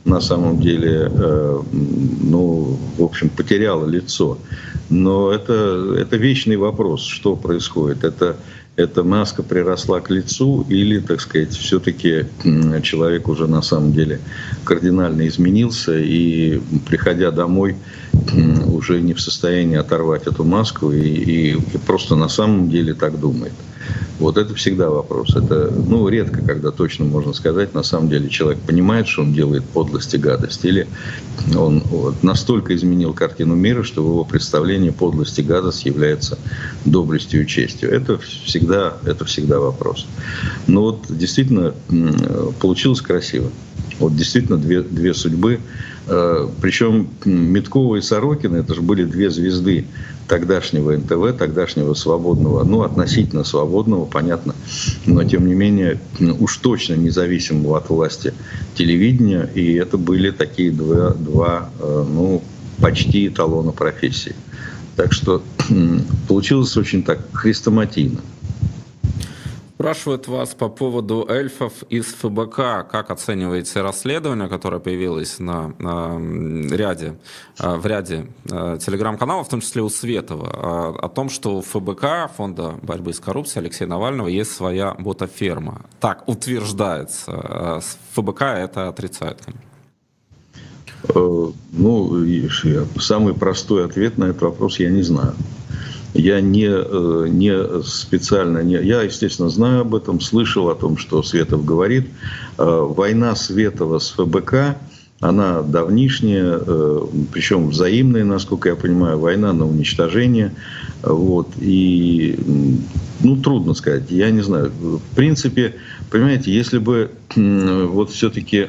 на самом деле, ну, в общем, потеряла лицо. Но это вечный вопрос, что происходит. Эта маска приросла к лицу или, так сказать, все-таки человек уже на самом деле кардинально изменился и, приходя домой, уже не в состоянии оторвать эту маску и просто на самом деле так думает. Вот это всегда вопрос. Это, ну, редко, когда точно можно сказать, на самом деле человек понимает, что он делает подлость и гадость, или он вот настолько изменил картину мира, что в его представлении подлость и гадость является доблестью и честью. Это всегда вопрос. Но вот действительно получилось красиво. Вот действительно две судьбы. Причем Миткова и Сорокина — это же были две звезды тогдашнего НТВ, тогдашнего свободного, ну, относительно свободного, понятно, но тем не менее уж точно независимого от власти телевидения. И это были такие два ну, почти эталона профессии. Так что получилось очень так хрестоматийно. Спрашивают вас по поводу эльфов из ФБК. Как оцениваете расследование, которое появилось в ряде телеграм-каналов, в том числе у Светова, о том, что у ФБК, Фонда борьбы с коррупцией Алексея Навального, есть своя ботаферма. Так утверждается. ФБК это отрицает, конечно. Ну, самый простой ответ на этот вопрос — я не знаю. Я не специально, я, естественно, знаю об этом, слышал о том, что Светов говорит. Война Светова с ФБК, она давнишняя, причем взаимная, насколько я понимаю, война на уничтожение. Вот. И, ну, трудно сказать, я не знаю. В принципе, понимаете, если бы вот все-таки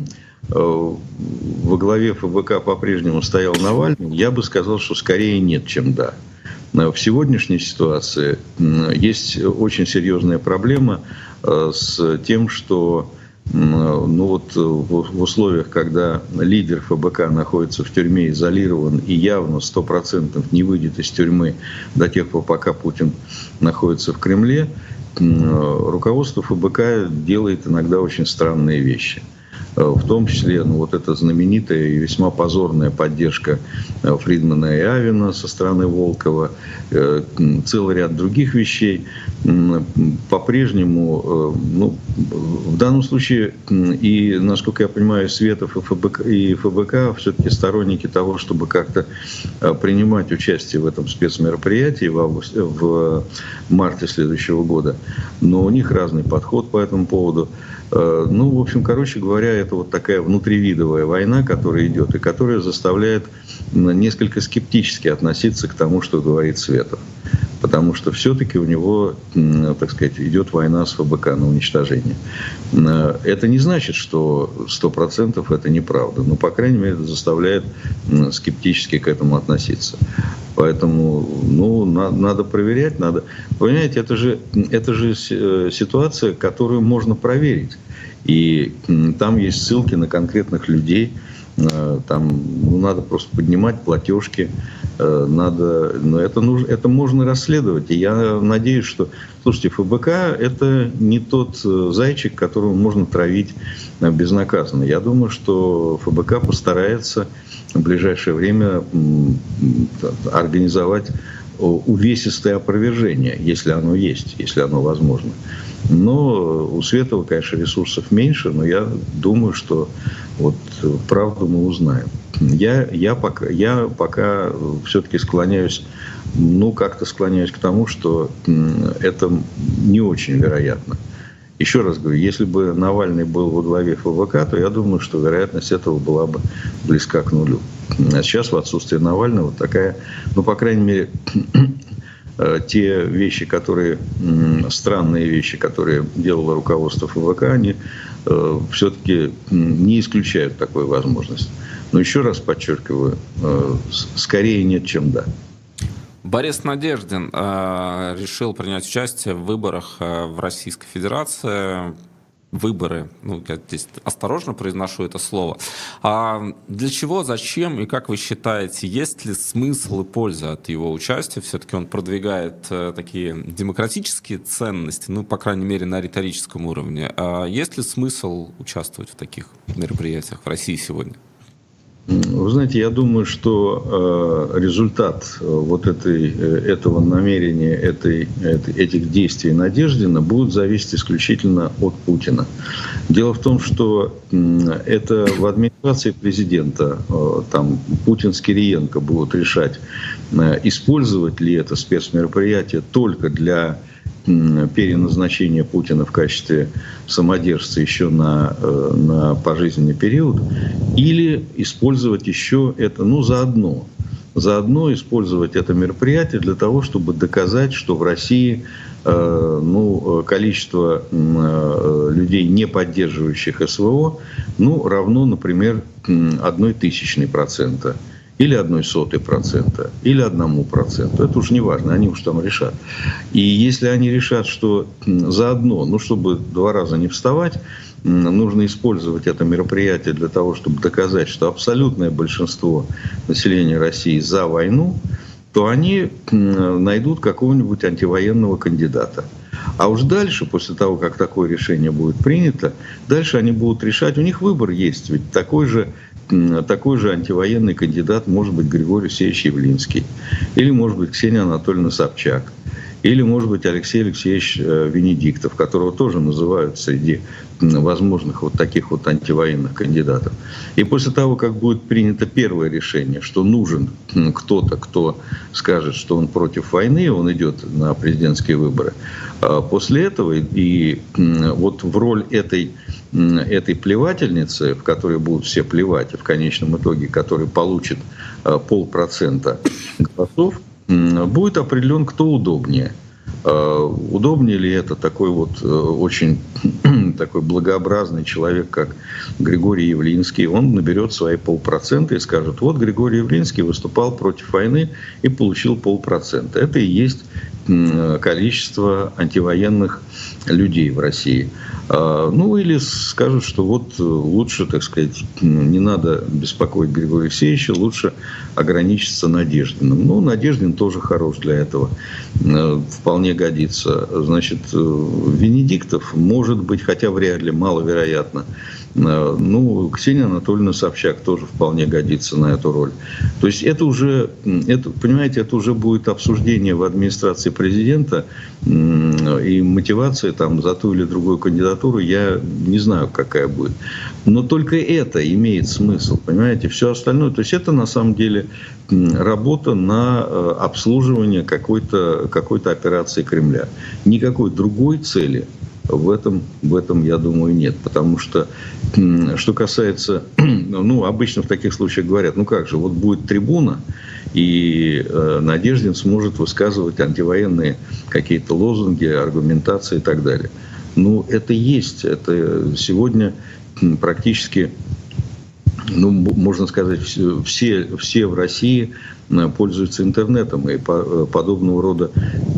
во главе ФБК по-прежнему стоял Навальный, я бы сказал, что скорее нет, чем да. В сегодняшней ситуации есть очень серьезная проблема с тем, что ну вот в условиях, когда лидер ФБК находится в тюрьме, изолирован и явно 100% не выйдет из тюрьмы до тех пор, пока Путин находится в Кремле, руководство ФБК делает иногда очень странные вещи. В том числе, ну, вот эта знаменитая и весьма позорная поддержка Фридмана и Авина со стороны Волкова, целый ряд других вещей. По-прежнему, ну, в данном случае, и, насколько я понимаю, Светов и ФБК все-таки сторонники того, чтобы как-то принимать участие в этом спецмероприятии в марте следующего года. Но у них разный подход по этому поводу. Ну, в общем, короче говоря, это вот такая внутривидовая война, которая идет, и которая заставляет несколько скептически относиться к тому, что говорит Светов. Потому что все-таки у него, так сказать, идет война с ФБК на уничтожение. Это не значит, что 100% это неправда. Но, по крайней мере, это заставляет скептически к этому относиться. Поэтому, ну, надо проверять, надо. Понимаете, это же ситуация, которую можно проверить. И там есть ссылки на конкретных людей. Там, ну, надо просто поднимать платежки. Но это можно расследовать. И я надеюсь, что, слушайте, ФБК — это не тот зайчик, которого можно травить безнаказанно. Я думаю, что ФБК постарается в ближайшее время организовать увесистое опровержение, если оно есть, если оно возможно. Но у Светова, конечно, ресурсов меньше, но я думаю, что вот правду мы узнаем. Я пока все-таки склоняюсь, ну, как-то склоняюсь к тому, что это не очень вероятно. Еще раз говорю, если бы Навальный был во главе ФБК, то я думаю, что вероятность этого была бы близка к нулю. А сейчас в отсутствие Навального такая, ну, по крайней мере, те вещи, странные вещи, которые делало руководство ФБК, они все-таки не исключают такой возможности. Но еще раз подчеркиваю, скорее нет, чем да. Борис Надеждин решил принять участие в выборах в Российской Федерации. выборы, ну, я здесь осторожно произношу это слово, а для чего, зачем и как вы считаете, есть ли смысл и польза от его участия? Все-таки он продвигает такие демократические ценности, ну, по крайней мере, на риторическом уровне. А есть ли смысл участвовать в таких мероприятиях в России сегодня? Вы знаете, я думаю, что результат вот этого намерения, этих действий Надеждина будет зависеть исключительно от Путина. Дело в том, что это в администрации президента, там Путин с Кириенко будут решать, использовать ли это спецмероприятие только для переназначение Путина в качестве самодержца еще на пожизненный период, или использовать еще это, ну, заодно использовать это мероприятие для того, чтобы доказать, что в России количество людей, не поддерживающих СВО, равно, например, 0,01%. Или 0,01%, или 1%. Это уж не важно, они уж там решат. И если они решат, что заодно, чтобы 2 раза не вставать, нужно использовать это мероприятие для того, чтобы доказать, что абсолютное большинство населения России за войну, то они найдут какого-нибудь антивоенного кандидата. А уж дальше, после того, как такое решение будет принято, дальше они будут решать, у них выбор есть, ведь такой же антивоенный кандидат может быть Григорий Алексеевич Явлинский, или может быть Ксения Анатольевна Собчак, или может быть Алексей Алексеевич Венедиктов, которого тоже называют среди возможных вот таких вот антивоенных кандидатов. И после того, как будет принято первое решение, что нужен кто-то, кто скажет, что он против войны, он идет на президентские выборы, после этого и вот в роль этой плевательницы, в которой будут все плевать, и в конечном итоге, который получит 0,5% голосов, будет определен, кто удобнее. Удобнее ли это такой вот очень такой благообразный человек, как Григорий Явлинский? Он наберет свои 0,5% и скажет: вот Григорий Явлинский выступал против войны и получил 0,5%. Это и есть количество антивоенных людей в России. Или скажут, что вот лучше, так сказать, не надо беспокоить Григория Алексеевича, лучше ограничиться Надеждиным. Надеждин тоже хорош для этого, вполне годится. Значит, Венедиктов, может быть, хотя вряд ли, маловероятно. Ксения Анатольевна Собчак тоже вполне годится на эту роль. То есть это уже будет обсуждение в администрации президента, и мотивация там за ту или другую кандидатуру, я не знаю, какая будет. Но только это имеет смысл, понимаете, все остальное. То есть это на самом деле работа на обслуживание какой-то операции Кремля. Никакой другой цели в этом, я думаю, нет. Потому что касается, обычно в таких случаях говорят, как же, вот будет трибуна, и Надеждин сможет высказывать антивоенные какие-то лозунги, аргументации и так далее. Это есть. Это сегодня практически, можно сказать, все в России пользуются интернетом, и подобного рода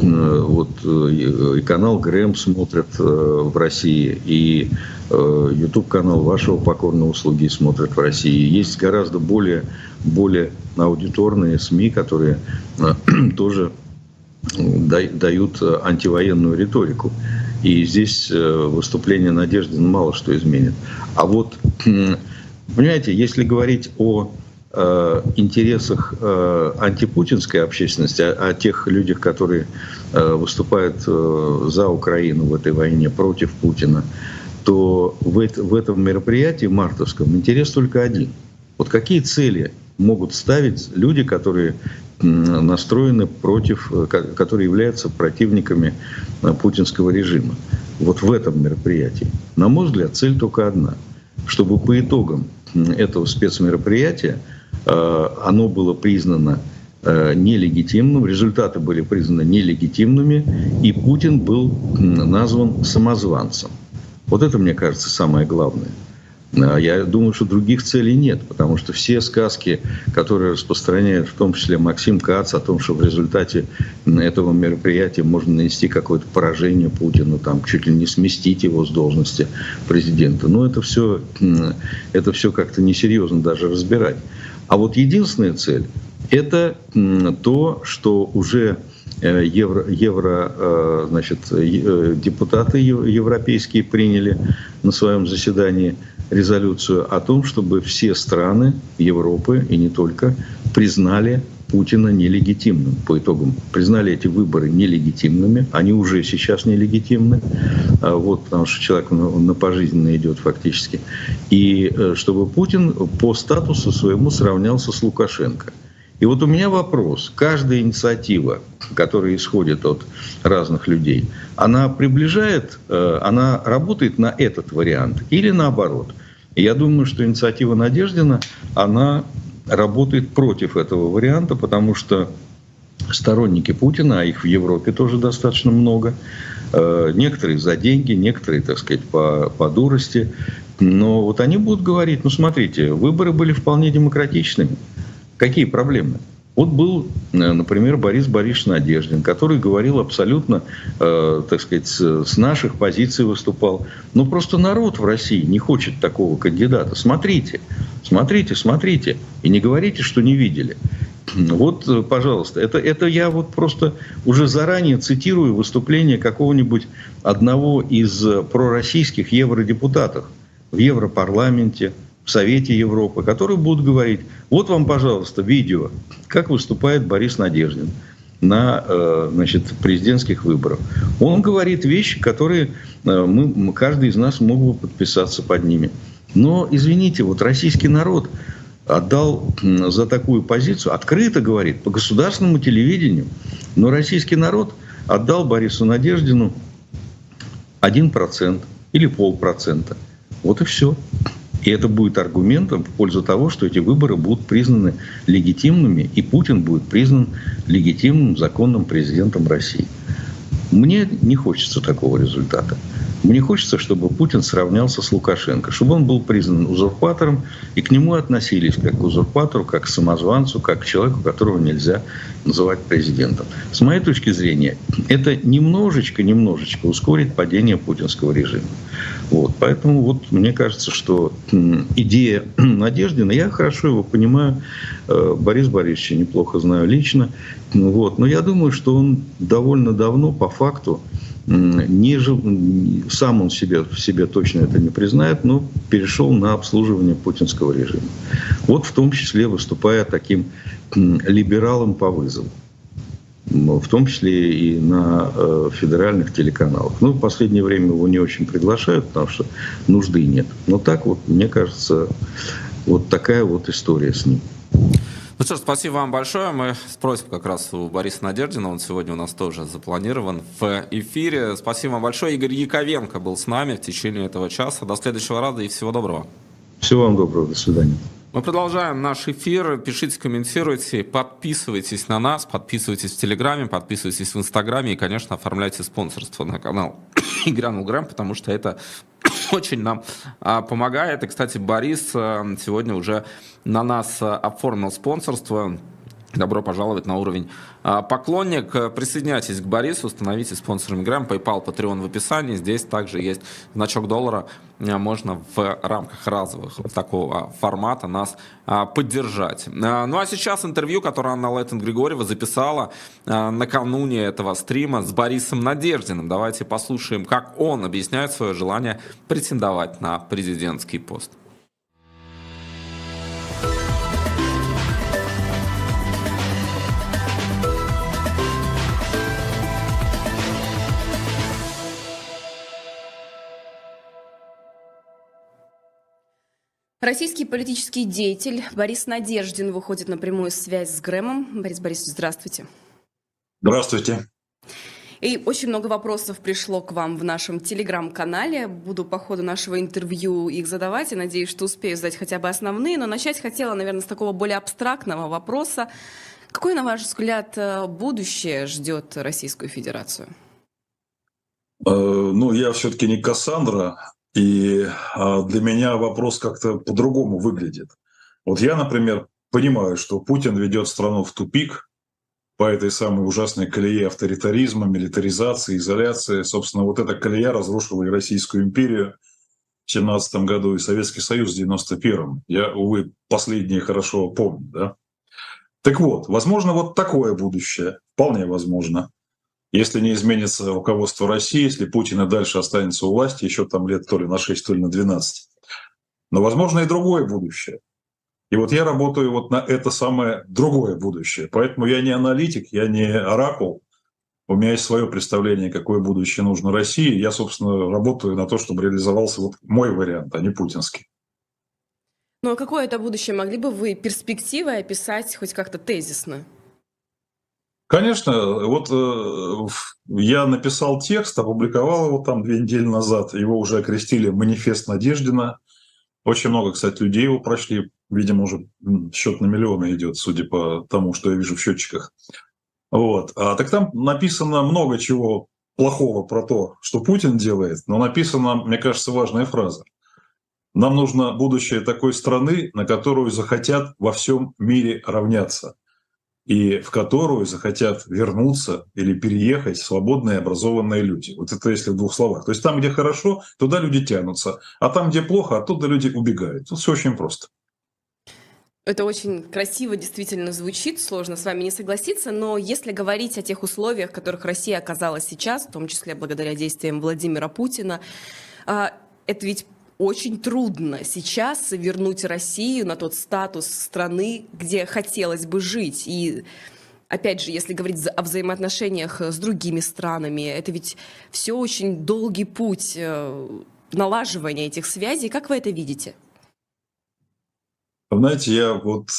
и канал ГРЭМ смотрят в России, и YouTube-канал вашего покорного слуги смотрят в России. Есть гораздо более аудиторные СМИ, которые тоже дают антивоенную риторику. И здесь выступление Надеждина мало что изменит. А вот, понимаете, если говорить о интересах антипутинской общественности, о тех людях, которые выступают за Украину в этой войне, против Путина, то в этом мероприятии мартовском интерес только один. Вот какие цели могут ставить люди, которые настроены против, которые являются противниками путинского режима? Вот в этом мероприятии, на мой взгляд, цель только одна. Чтобы по итогам этого спецмероприятия оно было признано нелегитимным, результаты были признаны нелегитимными, и Путин был назван самозванцем. Вот это, мне кажется, самое главное. Я думаю, что других целей нет, потому что все сказки, которые распространяет в том числе Максим Кац о том, что в результате этого мероприятия можно нанести какое-то поражение Путину, там, чуть ли не сместить его с должности президента. Но это все как-то несерьезно даже разбирать. А вот единственная цель – это то, что уже депутаты европейские приняли на своем заседании резолюцию о том, чтобы все страны Европы, и не только, признали Путина нелегитимным по итогам. Признали эти выборы нелегитимными. Они уже сейчас нелегитимны. Потому что человек на пожизненно идет фактически. И чтобы Путин по статусу своему сравнялся с Лукашенко. И вот у меня вопрос. Каждая инициатива, которая исходит от разных людей, она приближает, она работает на этот вариант или наоборот? И я думаю, что инициатива Надеждина, она работает против этого варианта, потому что сторонники Путина, а их в Европе тоже достаточно много, некоторые за деньги, некоторые, так сказать, по дурости, но вот они будут говорить, смотрите, выборы были вполне демократичными. Какие проблемы? Вот был, например, Борис Борисович Надеждин, который говорил абсолютно, так сказать, с наших позиций выступал. Но просто народ в России не хочет такого кандидата. Смотрите, смотрите, смотрите. И не говорите, что не видели. Вот, пожалуйста, это я вот просто уже заранее цитирую выступление какого-нибудь одного из пророссийских евродепутатов в Европарламенте, в Совете Европы, которые будут говорить, вот вам, пожалуйста, видео, как выступает Борис Надеждин на президентских выборах. Он говорит вещи, которые каждый из нас мог бы подписаться под ними. Но, извините, вот российский народ отдал за такую позицию, открыто говорит, по государственному телевидению, но российский народ отдал Борису Надеждину 1% или 0,5%. Вот и все. И это будет аргументом в пользу того, что эти выборы будут признаны легитимными, и Путин будет признан легитимным законным президентом России. Мне не хочется такого результата. Мне хочется, чтобы Путин сравнялся с Лукашенко, чтобы он был признан узурпатором, и к нему относились как к узурпатору, как к самозванцу, как к человеку, которого нельзя называть президентом. С моей точки зрения, это немножечко ускорит падение путинского режима. Поэтому мне кажется, что идея Надеждина, я хорошо его понимаю, Бориса Борисовича неплохо знаю лично, но я думаю, что он довольно давно по факту сам он в себе точно это не признает, но перешел на обслуживание путинского режима. В том числе выступая таким либералом по вызову. В том числе и на федеральных телеканалах. В последнее время его не очень приглашают, потому что нужды нет. Но так мне кажется, такая история с ним. Ну что ж, спасибо вам большое. Мы спросим как раз у Бориса Надеждина. Он сегодня у нас тоже запланирован в эфире. Спасибо вам большое. Игорь Яковенко был с нами в течение этого часа. До следующего раза и всего доброго. Всего вам доброго. До свидания. Мы продолжаем наш эфир. Пишите, комментируйте, подписывайтесь на нас, подписывайтесь в Телеграме, подписывайтесь в Инстаграме и, конечно, оформляйте спонсорство на канал Игорь Грам, потому что это очень нам помогает. И, кстати, Борис сегодня уже на нас оформил спонсорство. Добро пожаловать на уровень поклонник. Присоединяйтесь к Борису, становитесь спонсором Грэм, PayPal, Patreon в описании. Здесь также есть значок $. Можно в рамках разовых такого формата нас поддержать. Ну а сейчас интервью, которое Анна Лайтон-Григорьева записала накануне этого стрима с Борисом Надеждиным. Давайте послушаем, как он объясняет свое желание претендовать на президентский пост. Российский политический деятель Борис Надеждин выходит на прямую связь с Грэмом. Борис Борисович, здравствуйте. Здравствуйте. И очень много вопросов пришло к вам в нашем телеграм-канале. Буду по ходу нашего интервью их задавать и надеюсь, что успею задать хотя бы основные. Но начать хотела, наверное, с такого более абстрактного вопроса. Какое, на ваш взгляд, будущее ждет Российскую Федерацию? Я все-таки не Кассандра И для меня вопрос как-то по-другому выглядит. Вот я, например, понимаю, что Путин ведет страну в тупик по этой самой ужасной колее авторитаризма, милитаризации, изоляции. Собственно, вот эта колея разрушила и Российскую империю в 17 году, и Советский Союз в 91-м. Я, увы, последнее хорошо помню, да? Так вот, возможно, вот такое будущее, вполне возможно. Если не изменится руководство России, если Путин и дальше останется у власти, еще там лет то ли на 6, то ли на 12. Но возможно и другое будущее. И вот я работаю вот на это самое другое будущее. Поэтому я не аналитик, я не оракул. У меня есть свое представление, какое будущее нужно России. Я, собственно, работаю на то, чтобы реализовался вот мой вариант, а не путинский. Ну а какое это будущее? Могли бы вы перспективы описать хоть как-то тезисно? Конечно, вот я написал текст, опубликовал его там 2 недели назад. Его уже окрестили «Манифест Надеждина». Очень много, кстати, людей его прочли. Видимо, уже счет на миллионы идет, судя по тому, что я вижу в счетчиках. Вот. Так там написано много чего плохого про то, что Путин делает, но написана, мне кажется, важная фраза. Нам нужно будущее такой страны, на которую захотят во всем мире равняться, и в которую захотят вернуться или переехать свободные образованные люди. Вот это если в 2 словах. То есть там, где хорошо, туда люди тянутся, а там, где плохо, оттуда люди убегают. Тут все очень просто. Это очень красиво действительно звучит, сложно с вами не согласиться, но если говорить о тех условиях, в которых Россия оказалась сейчас, в том числе благодаря действиям Владимира Путина, это ведь очень трудно сейчас вернуть Россию на тот статус страны, где хотелось бы жить. И опять же, если говорить о взаимоотношениях с другими странами, это ведь все очень долгий путь налаживания этих связей. Как вы это видите? Знаете, я вот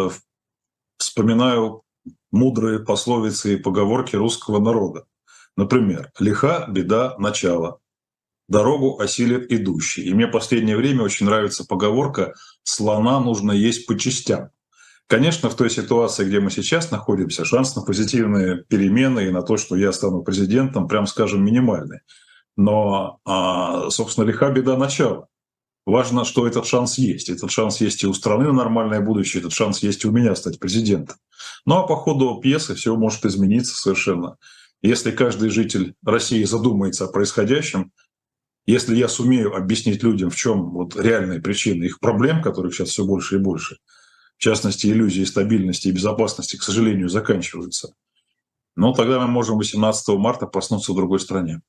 вспоминаю мудрые пословицы и поговорки русского народа. Например, «Лиха беда начала, дорогу осилит идущий». И мне в последнее время очень нравится поговорка «слона нужно есть по частям». Конечно, в той ситуации, где мы сейчас находимся, шанс на позитивные перемены и на то, что я стану президентом, прям скажем, минимальный. Но, собственно, лиха беда начала. Важно, что этот шанс есть. Этот шанс есть и у страны на нормальное будущее, этот шанс есть и у меня стать президентом. Ну а по ходу пьесы все может измениться совершенно. Если каждый житель России задумается о происходящем, если я сумею объяснить людям, в чем вот реальные причины их проблем, которых сейчас все больше и больше, в частности, иллюзии стабильности и безопасности, к сожалению, заканчиваются, ну тогда мы можем 18 марта проснуться в другой стране.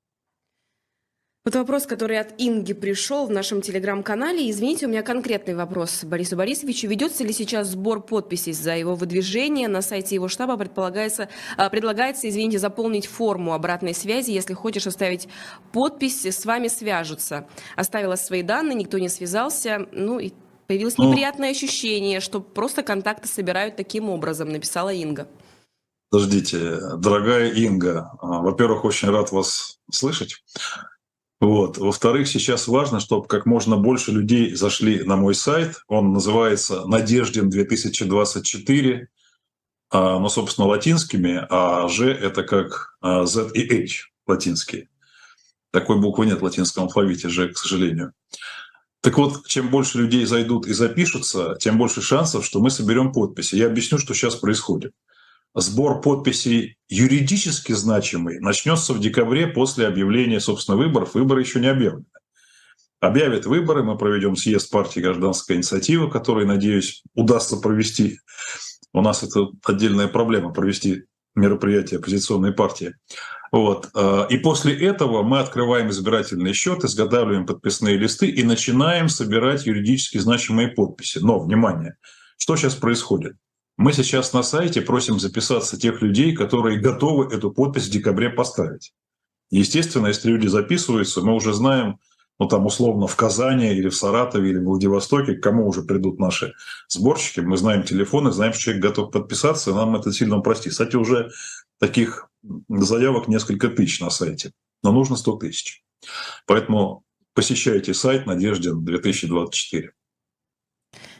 Вот вопрос, который от Инги пришел в нашем телеграм-канале. Извините, у меня конкретный вопрос Борису Борисовичу. Ведется ли сейчас сбор подписей за его выдвижение? На сайте его штаба предлагается, извините, заполнить форму обратной связи. Если хочешь оставить подпись, с вами свяжутся. Оставила свои данные, никто не связался. Ну и появилось неприятное ощущение, что просто контакты собирают таким образом, написала Инга. Подождите, дорогая Инга, во-первых, очень рад вас слышать. Вот. Во-вторых, сейчас важно, чтобы как можно больше людей зашли на мой сайт. Он называется «Надеждин 2024», но, собственно, латинскими, а «Ж» — это как «Z» и «H» латинские. Такой буквы нет в латинском алфавите «Ж», к сожалению. Так вот, чем больше людей зайдут и запишутся, тем больше шансов, что мы соберем подписи. Я объясню, что сейчас происходит. Сбор подписей юридически значимый начнется в декабре после объявления, собственно, выборов. Выборы еще не объявлены. Объявят выборы, мы проведем съезд партии «Гражданская инициатива», который, надеюсь, удастся провести. У нас это отдельная проблема — провести мероприятие оппозиционной партии. Вот. И после этого мы открываем избирательный счет, изготавливаем подписные листы и начинаем собирать юридически значимые подписи. Но, внимание, что сейчас происходит? Мы сейчас на сайте просим записаться тех людей, которые готовы эту подпись в декабре поставить. Естественно, если люди записываются, мы уже знаем, ну там условно в Казани или в Саратове или в Владивостоке, к кому уже придут наши сборщики. Мы знаем телефоны, знаем, что человек готов подписаться, и нам это сильно упростит. Кстати, уже таких заявок несколько тысяч на сайте, но нужно 100 тысяч. Поэтому посещайте сайт «Надеждин 2024».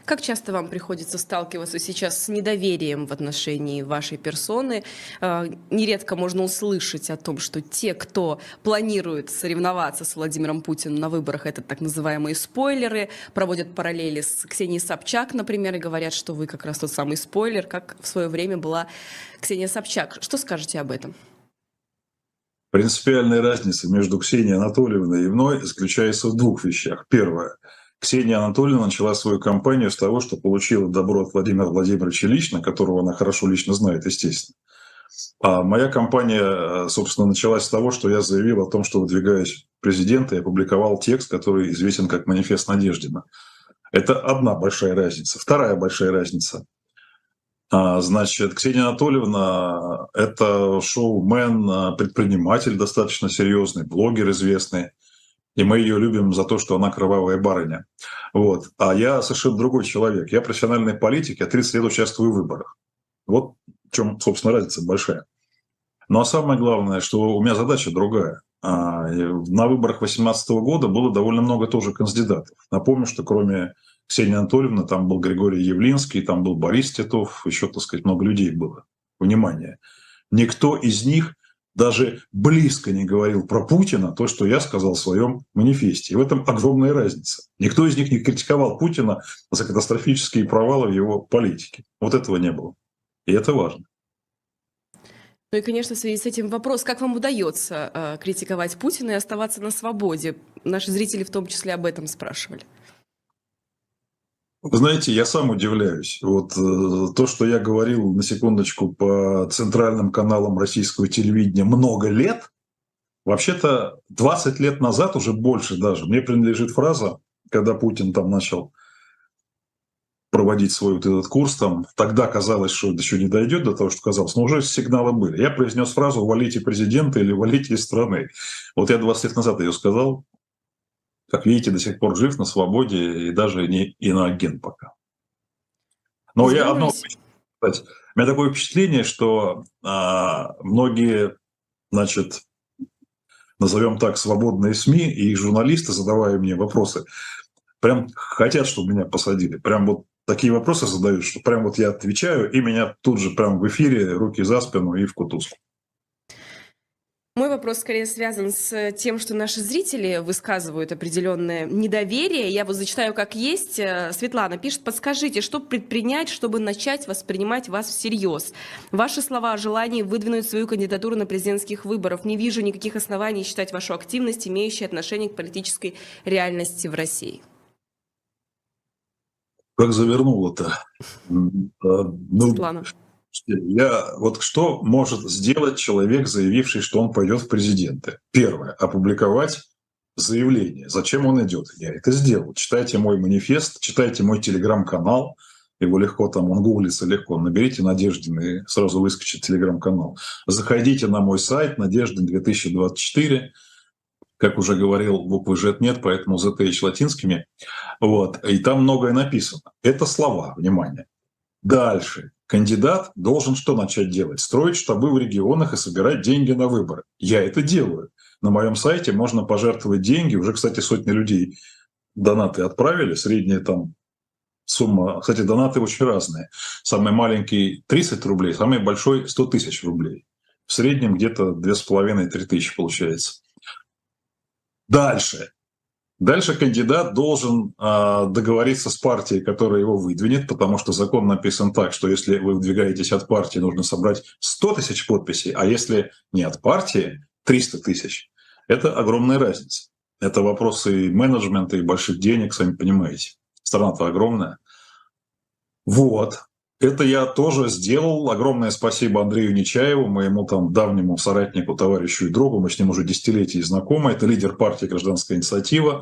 Как часто вам приходится сталкиваться сейчас с недоверием в отношении вашей персоны? Нередко можно услышать о том, что те, кто планирует соревноваться с Владимиром Путиным на выборах, это так называемые спойлеры, проводят параллели с Ксенией Собчак, например, и говорят, что вы как раз тот самый спойлер, как в свое время была Ксения Собчак. Что скажете об этом? Принципиальная разница между Ксенией Анатольевной и мной заключается в двух вещах. Первое. Ксения Анатольевна начала свою кампанию с того, что получила добро от Владимира Владимировича лично, которого она хорошо лично знает, естественно. А моя кампания, собственно, началась с того, что я заявил о том, что выдвигаюсь в президенты, и опубликовал текст, который известен как «Манифест Надеждина». Это одна большая разница. Вторая большая разница. Значит, Ксения Анатольевна – это шоумен, предприниматель достаточно серьезный, блогер известный. И мы ее любим за то, что она кровавая барыня. Вот. А я совершенно другой человек. Я профессиональный политик, я 30 лет участвую в выборах. Вот в чем, собственно, разница большая. Ну а самое главное, что у меня задача другая. На выборах 2018 года было довольно много тоже кандидатов. Напомню, что кроме Ксении Анатольевны там был Григорий Явлинский, там был Борис Титов, еще, так сказать, много людей было. Внимание. Никто из них даже близко не говорил про Путина то, что я сказал в своем манифесте. И в этом огромная разница. Никто из них не критиковал Путина за катастрофические провалы в его политике. Вот этого не было. И это важно. Ну и, конечно, в связи с этим вопрос, как вам удается критиковать Путина и оставаться на свободе? Наши зрители в том числе об этом спрашивали. Вы знаете, я сам удивляюсь. Вот то, что я говорил, на секундочку, по центральным каналам российского телевидения много лет, вообще-то 20 лет назад, уже больше даже, мне принадлежит фраза, когда Путин там начал проводить свой вот этот курс, там, тогда казалось, что это еще не дойдет до того, что казалось, но уже сигналы были. Я произнес фразу «увалите президента» или «увалите из страны». Вот я 20 лет назад ее сказал. Как видите, до сих пор жив, на свободе и даже не иноагент пока. Но я одно хочу сказать. У меня такое впечатление, что многие, значит, назовем так, свободные СМИ и журналисты, задавая мне вопросы, прям хотят, чтобы меня посадили. Прям вот такие вопросы задают, что прям вот я отвечаю, и меня тут же прям в эфире руки за спину и в кутузку. Мой вопрос скорее связан с тем, что наши зрители высказывают определенное недоверие. Я вот зачитаю как есть. Светлана пишет: подскажите, что предпринять, чтобы начать воспринимать вас всерьез? Ваши слова о желании выдвинуть свою кандидатуру на президентских выборах. Не вижу никаких оснований считать вашу активность, имеющей отношение к политической реальности в России. Как завернуло-то? Светлана. Вот что может сделать человек, заявивший, что он пойдет в президенты? Первое – опубликовать заявление. Зачем он идет? Я это сделал. Читайте мой манифест, читайте мой телеграм-канал. Его легко там, он гуглится легко. Наберите Надеждин и сразу выскочит телеграм-канал. Заходите на мой сайт Надеждин 2024. Как уже говорил, буквы Z нет, поэтому ZH латинскими. Вот. И там многое написано. Это слова, внимание. Дальше. Кандидат должен что начать делать? Строить штабы в регионах и собирать деньги на выборы. Я это делаю. На моем сайте можно пожертвовать деньги. Уже, кстати, сотни людей донаты отправили. Средняя там сумма. Кстати, донаты очень разные. Самый маленький 30 рублей, самый большой 100 тысяч рублей. В среднем где-то 2,5-3 тысячи получается. Дальше кандидат должен договориться с партией, которая его выдвинет, потому что закон написан так, что если вы выдвигаетесь от партии, нужно собрать 100 тысяч подписей, а если не от партии, 300 тысяч. Это огромная разница. Это вопросы менеджмента и больших денег, сами понимаете. Страна-то огромная. Вот. Это я тоже сделал. Огромное спасибо Андрею Нечаеву, моему там давнему соратнику, товарищу и другу. Мы с ним уже десятилетия знакомы. Это лидер партии «Гражданская инициатива».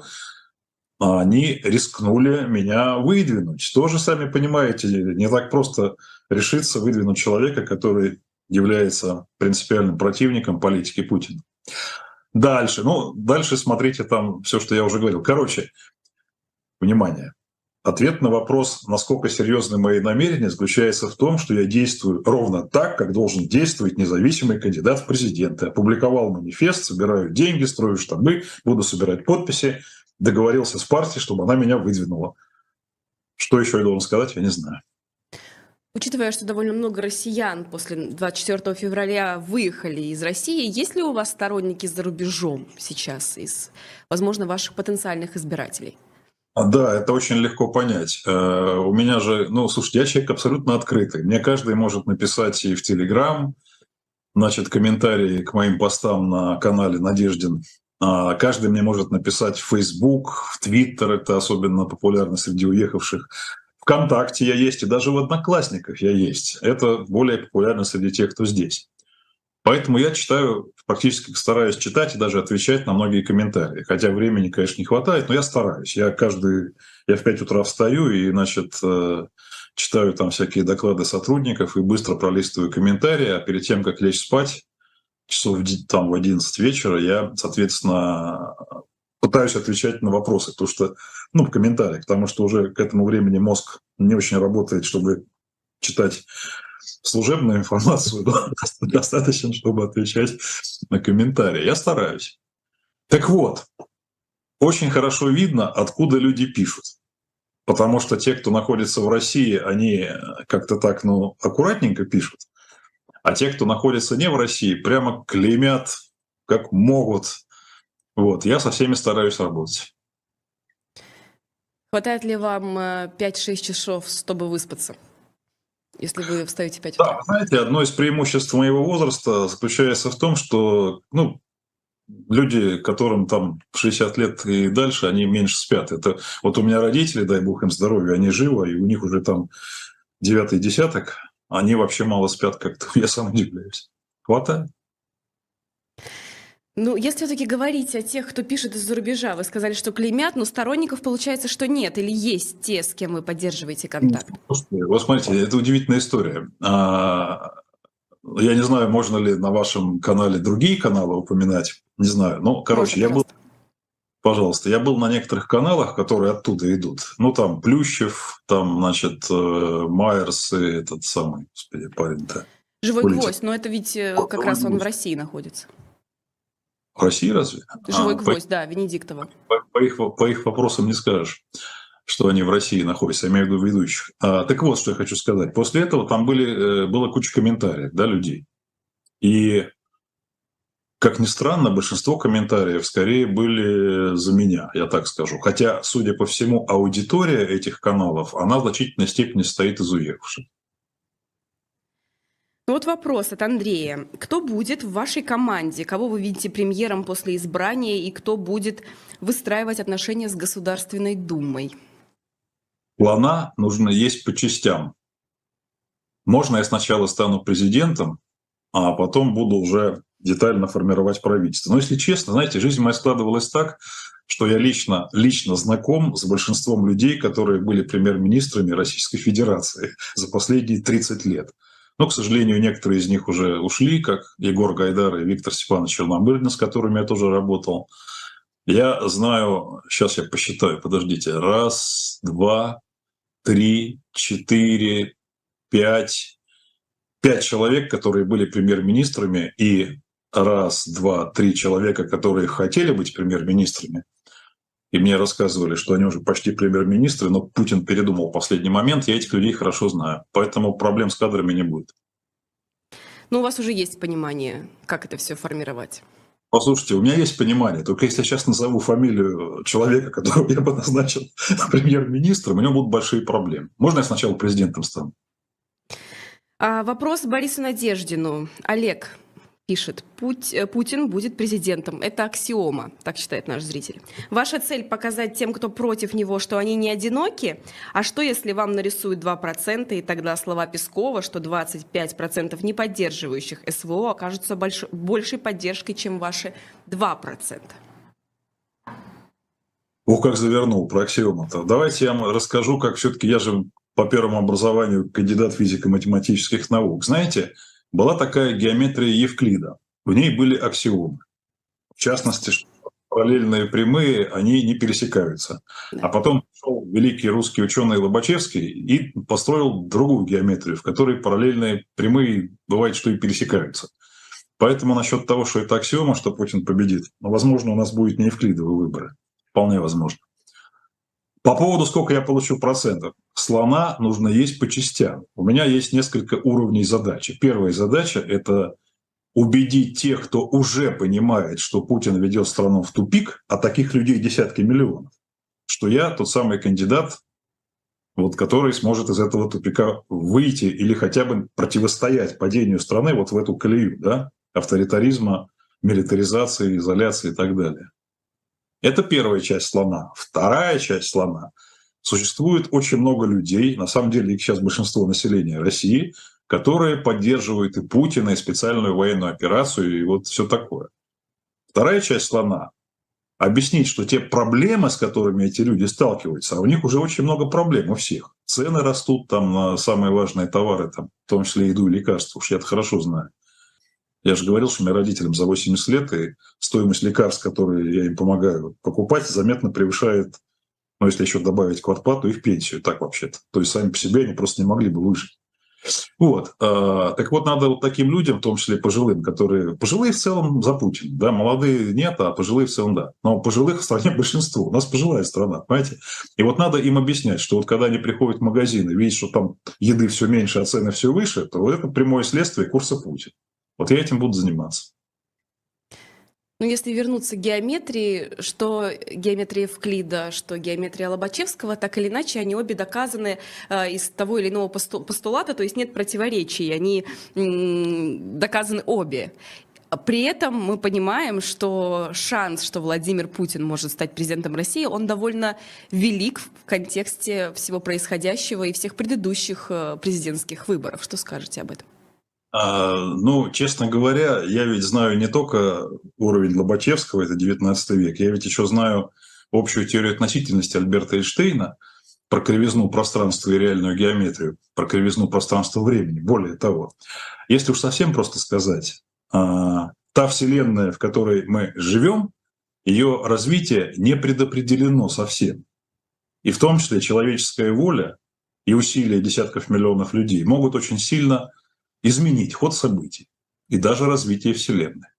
Они рискнули меня выдвинуть. Тоже, сами понимаете, не так просто решиться выдвинуть человека, который является принципиальным противником политики Путина. Дальше смотрите там все, что я уже говорил. Короче, внимание. Ответ на вопрос, насколько серьезны мои намерения, заключается в том, что я действую ровно так, как должен действовать независимый кандидат в президенты. Опубликовал манифест, собираю деньги, строю штабы, буду собирать подписи, договорился с партией, чтобы она меня выдвинула. Что еще я должен сказать, я не знаю. Учитывая, что довольно много россиян после 24 февраля выехали из России, есть ли у вас сторонники за рубежом сейчас из, возможно, ваших потенциальных избирателей? Да, это очень легко понять. У меня же, ну, слушайте, я человек абсолютно открытый. Мне каждый может написать и в Телеграм, значит, комментарии к моим постам на канале Надеждин. Каждый мне может написать в Facebook, в Twitter, это особенно популярно среди уехавших. ВКонтакте я есть, и даже в Одноклассниках я есть. Это более популярно среди тех, кто здесь. Поэтому я читаю, практически стараюсь читать и даже отвечать на многие комментарии. Хотя времени, конечно, не хватает, но я стараюсь. Я в 5 утра встаю и, значит, читаю там всякие доклады сотрудников и быстро пролистываю комментарии, а перед тем, как лечь спать, часов там в 11 вечера, я, соответственно, пытаюсь отвечать на вопросы, потому что, ну, в комментариях, потому что уже к этому времени мозг не очень работает, чтобы читать служебную информацию, достаточно, чтобы отвечать на комментарии. Я стараюсь. Так вот, очень хорошо видно, откуда люди пишут. Потому что те, кто находится в России, они как-то так, ну, аккуратненько пишут. А те, кто находится не в России, прямо клеймят как могут. Вот, я со всеми стараюсь работать. Хватает ли вам 5-6 часов, чтобы выспаться, если вы встаете в 5 утра? Да, знаете, одно из преимуществ моего возраста заключается в том, что, ну, люди, которым там 60 лет и дальше, они меньше спят. Это вот у меня родители, дай бог им здоровья, они живы, и у них уже там 9-й десяток, они вообще мало спят как-то. Я сам удивляюсь. Хватает. Ну, если все-таки говорить о тех, кто пишет из-за рубежа, вы сказали, что клеймят, но сторонников получается, что нет, или есть те, с кем вы поддерживаете контакт? Слушайте, вот смотрите, это удивительная история. Я не знаю, можно ли на вашем канале другие каналы упоминать, не знаю. Ну, короче, Можно, пожалуйста, я был на некоторых каналах, которые оттуда идут. Ну, там Плющев, там, значит, Майерс и этот самый, господи, парень-то. Живой Политик. гвоздь, но это ведь как раз он в России находится. В России разве? Живой гвоздь, да, Венедиктова. По их вопросам не скажешь, что они в России находятся, я имею в виду ведущих. Так вот, что я хочу сказать. После этого там была куча комментариев, да, людей. И, как ни странно, большинство комментариев скорее были за меня, я так скажу. Хотя, судя по всему, аудитория этих каналов, она в значительной степени состоит из уехавших. Ну вот вопрос от Андрея. Кто будет в вашей команде? Кого вы видите премьером после избрания? И кто будет выстраивать отношения с Государственной Думой? Плана нужно есть по частям. Можно я сначала стану президентом, а потом буду уже детально формировать правительство. Но если честно, знаете, жизнь моя складывалась так, что я лично знаком с большинством людей, которые были премьер-министрами Российской Федерации за последние 30 лет. Но, к сожалению, некоторые из них уже ушли, как Егор Гайдар и Виктор Степанович Черномырдин, с которыми я тоже работал. Я знаю, сейчас я посчитаю, подождите, 1, 2, 3, 4, 5 человек, которые были премьер-министрами, и 1, 2, 3 человека, которые хотели быть премьер-министрами. И мне рассказывали, что они уже почти премьер-министры, но Путин передумал в последний момент. Я этих людей хорошо знаю. Поэтому проблем с кадрами не будет. Ну, у вас уже есть понимание, как это все формировать. Послушайте, у меня есть понимание. Только если я сейчас назову фамилию человека, которого я бы назначил премьер-министром, у него будут большие проблемы. Можно я сначала президентом стану? Вопрос Борису Надеждину. Олег пишет, Путин будет президентом. Это аксиома, так считает наш зритель. Ваша цель показать тем, кто против него, что они не одиноки? А что, если вам нарисуют 2%, и тогда слова Пескова, что 25% не поддерживающих СВО окажутся большей поддержкой, чем ваши 2%? Ох, как завернул про аксиому-то. Давайте я вам расскажу, как все-таки я же по первому образованию кандидат физико-математических наук. Знаете, была такая геометрия Евклида. В ней были аксиомы. В частности, что параллельные прямые, они не пересекаются. А потом пришел великий русский ученый Лобачевский и построил другую геометрию, в которой параллельные прямые бывает, что и пересекаются. Поэтому насчет того, что это аксиома, что Путин победит, возможно, у нас будет не евклидовые выборы. Вполне возможно. По поводу, сколько я получу процентов. Слона нужно есть по частям. У меня есть несколько уровней задачи. Первая задача – это убедить тех, кто уже понимает, что Путин ведет страну в тупик, а таких людей десятки миллионов, что я тот самый кандидат, вот, который сможет из этого тупика выйти или хотя бы противостоять падению страны вот в эту колею, да, авторитаризма, милитаризации, изоляции и так далее. Это первая часть слона. Вторая часть слона. Существует очень много людей, на самом деле их сейчас большинство населения России, которые поддерживают и Путина, и специальную военную операцию, и вот все такое. Вторая часть слона – объяснить, что те проблемы, с которыми эти люди сталкиваются, а у них уже очень много проблем у всех. Цены растут там на самые важные товары, там, в том числе еду и лекарства, уж я это хорошо знаю. Я же говорил, что моим родителям за 80 лет, и стоимость лекарств, которые я им помогаю покупать, заметно превышает, ну, если еще добавить квартплату, их пенсию, так вообще-то. То есть сами по себе они просто не могли бы выжить. Вот. Так вот, надо вот таким людям, в том числе пожилым, которые... Пожилые в целом за Путина, да, молодые нет, а пожилые в целом да. Но пожилых в стране большинство. У нас пожилая страна, понимаете? И вот надо им объяснять, что вот когда они приходят в магазин и видят, что там еды все меньше, а цены все выше, то вот это прямое следствие курса Путина. Вот я этим буду заниматься. Ну, если вернуться к геометрии, что геометрия Евклида, что геометрия Лобачевского, так или иначе, они обе доказаны из того или иного постулата, то есть нет противоречий, они доказаны обе. При этом мы понимаем, что шанс, что Владимир Путин может стать президентом России, он довольно велик в контексте всего происходящего и всех предыдущих президентских выборов. Что скажете об этом? Ну, честно говоря, я ведь знаю не только уровень Лобачевского, это 19 век, я ведь еще знаю общую теорию относительности Альберта Эйнштейна про кривизну пространства и реальную геометрию, про кривизну пространства времени. Более того, если уж совсем просто сказать, та вселенная, в которой мы живем, ее развитие не предопределено совсем. И в том числе человеческая воля и усилия десятков миллионов людей могут очень сильно изменить ход событий и даже развитие Вселенной.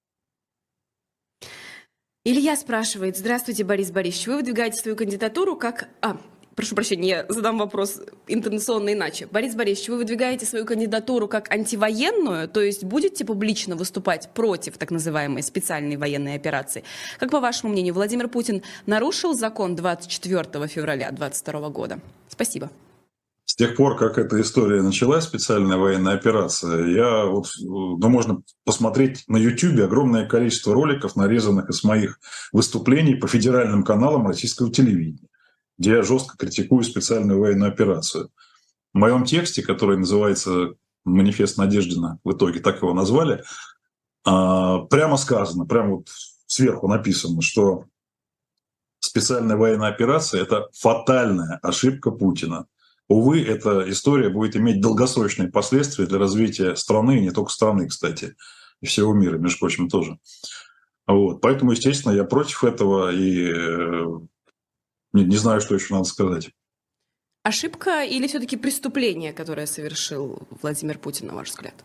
Илья спрашивает: здравствуйте, Борис Борисович, вы выдвигаете свою кандидатуру как... прошу прощения, я задам вопрос интонационно иначе. Борис Борисович, вы выдвигаете свою кандидатуру как антивоенную, то есть будете публично выступать против так называемой специальной военной операции? Как, по вашему мнению, Владимир Путин нарушил закон 24 февраля 2022 года? Спасибо. С тех пор, как эта история началась, специальная военная операция, можно посмотреть на YouTube огромное количество роликов, нарезанных из моих выступлений по федеральным каналам российского телевидения, где я жестко критикую специальную военную операцию. В моем тексте, который называется «Манифест Надеждина», в итоге так его назвали, прямо сказано, прямо вот сверху написано, что специальная военная операция – это фатальная ошибка Путина. Увы, эта история будет иметь долгосрочные последствия для развития страны, и не только страны, кстати, и всего мира, между прочим, тоже. Вот. Поэтому, естественно, я против этого и не знаю, что еще надо сказать. Ошибка или все-таки преступление, которое совершил Владимир Путин, на ваш взгляд?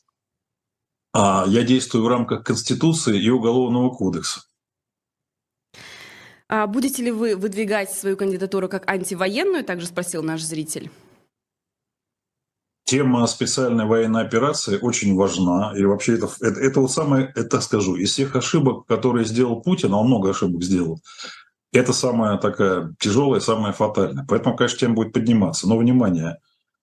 Я действую в рамках Конституции и Уголовного кодекса. Будете ли вы выдвигать свою кандидатуру как антивоенную, также спросил наш зритель. Тема специальной военной операции очень важна. И вообще это вот самое, это скажу, из всех ошибок, которые сделал Путин, а он много ошибок сделал, это самая такая тяжелая, самая фатальная. Поэтому, конечно, тема будет подниматься. Но, внимание,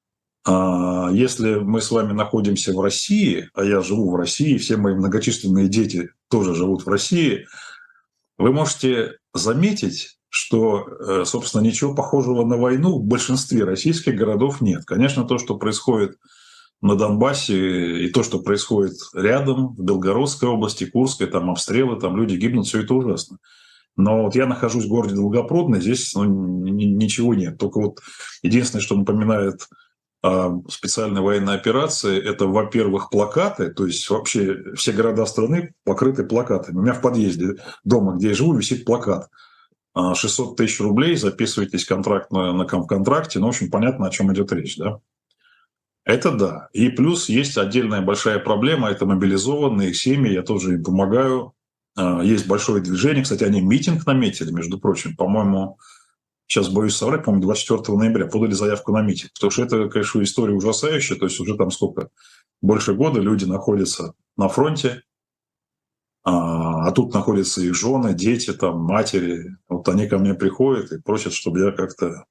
если мы с вами находимся в России, а я живу в России, все мои многочисленные дети тоже живут в России, вы можете заметить, что, собственно, ничего похожего на войну в большинстве российских городов нет. Конечно, то, что происходит на Донбассе, и то, что происходит рядом, в Белгородской области, Курской, там обстрелы, там люди гибнут, все это ужасно. Но вот я нахожусь в городе Долгопрудный, здесь ничего нет. Только вот единственное, что напоминает специальной военной операции, это, во-первых, плакаты, то есть вообще все города страны покрыты плакатами. У меня в подъезде дома, где я живу, висит плакат. 600 тысяч рублей, записывайтесь в контракте, в общем, понятно, о чем идет речь, да? Это да. И плюс есть отдельная большая проблема, это мобилизованные семьи, я тоже им помогаю. Есть большое движение, кстати, они митинг наметили, между прочим, по-моему, сейчас боюсь соврать, по-моему, 24 ноября подали заявку на митинг. Потому что это, конечно, история ужасающая. То есть уже там сколько? Больше года люди находятся на фронте, а тут находятся их жены, дети, там, матери. Вот они ко мне приходят и просят, чтобы я как-то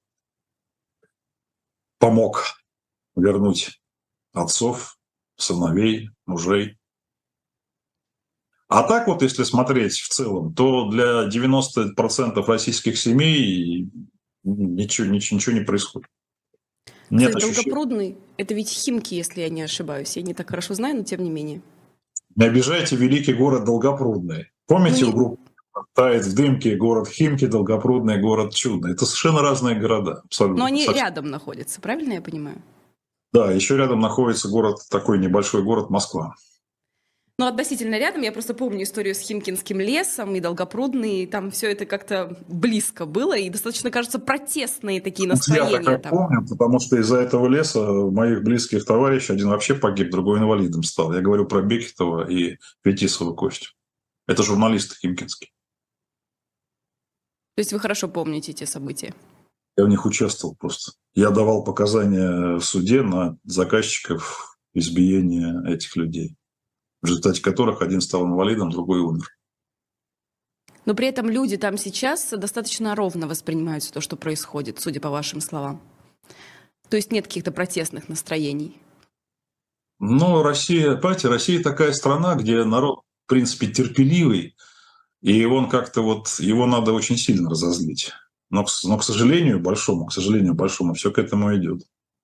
помог вернуть отцов, сыновей, мужей. А так вот, если смотреть в целом, то для 90% российских семей ничего не происходит. Нет Кстати, ощущения. Долгопрудный, это ведь Химки, если я не ошибаюсь. Я не так хорошо знаю, но тем не менее. Не обижайте великий город Долгопрудный. Помните у группы «Тает в дымке» город Химки, Долгопрудный, город Чудный? Это совершенно разные города. Абсолютно. Но они Совсем. рядом находятся, правильно я понимаю? Да, еще рядом находится город, такой небольшой город Москва. Ну, относительно рядом, я просто помню историю с Химкинским лесом и Долгопрудный, и там все это как-то близко было, и достаточно, кажется, протестные такие Я настроения такое там. помню, потому что из-за этого леса моих близких товарищей один вообще погиб, другой инвалидом стал. Я говорю про Бекетова и Фетисова Костю. Это журналисты химкинские. То есть вы хорошо помните эти события? Я в них участвовал просто. Я давал показания в суде на заказчиков избиения этих людей, в результате которых один стал инвалидом, другой умер. Но при этом люди там сейчас достаточно ровно воспринимают то, что происходит, судя по вашим словам. То есть нет каких-то протестных настроений. Но Россия, понимаете, Россия такая страна, где народ, в принципе, терпеливый, и он как-то вот, его надо очень сильно разозлить. Но, к сожалению, большому, все к этому идет.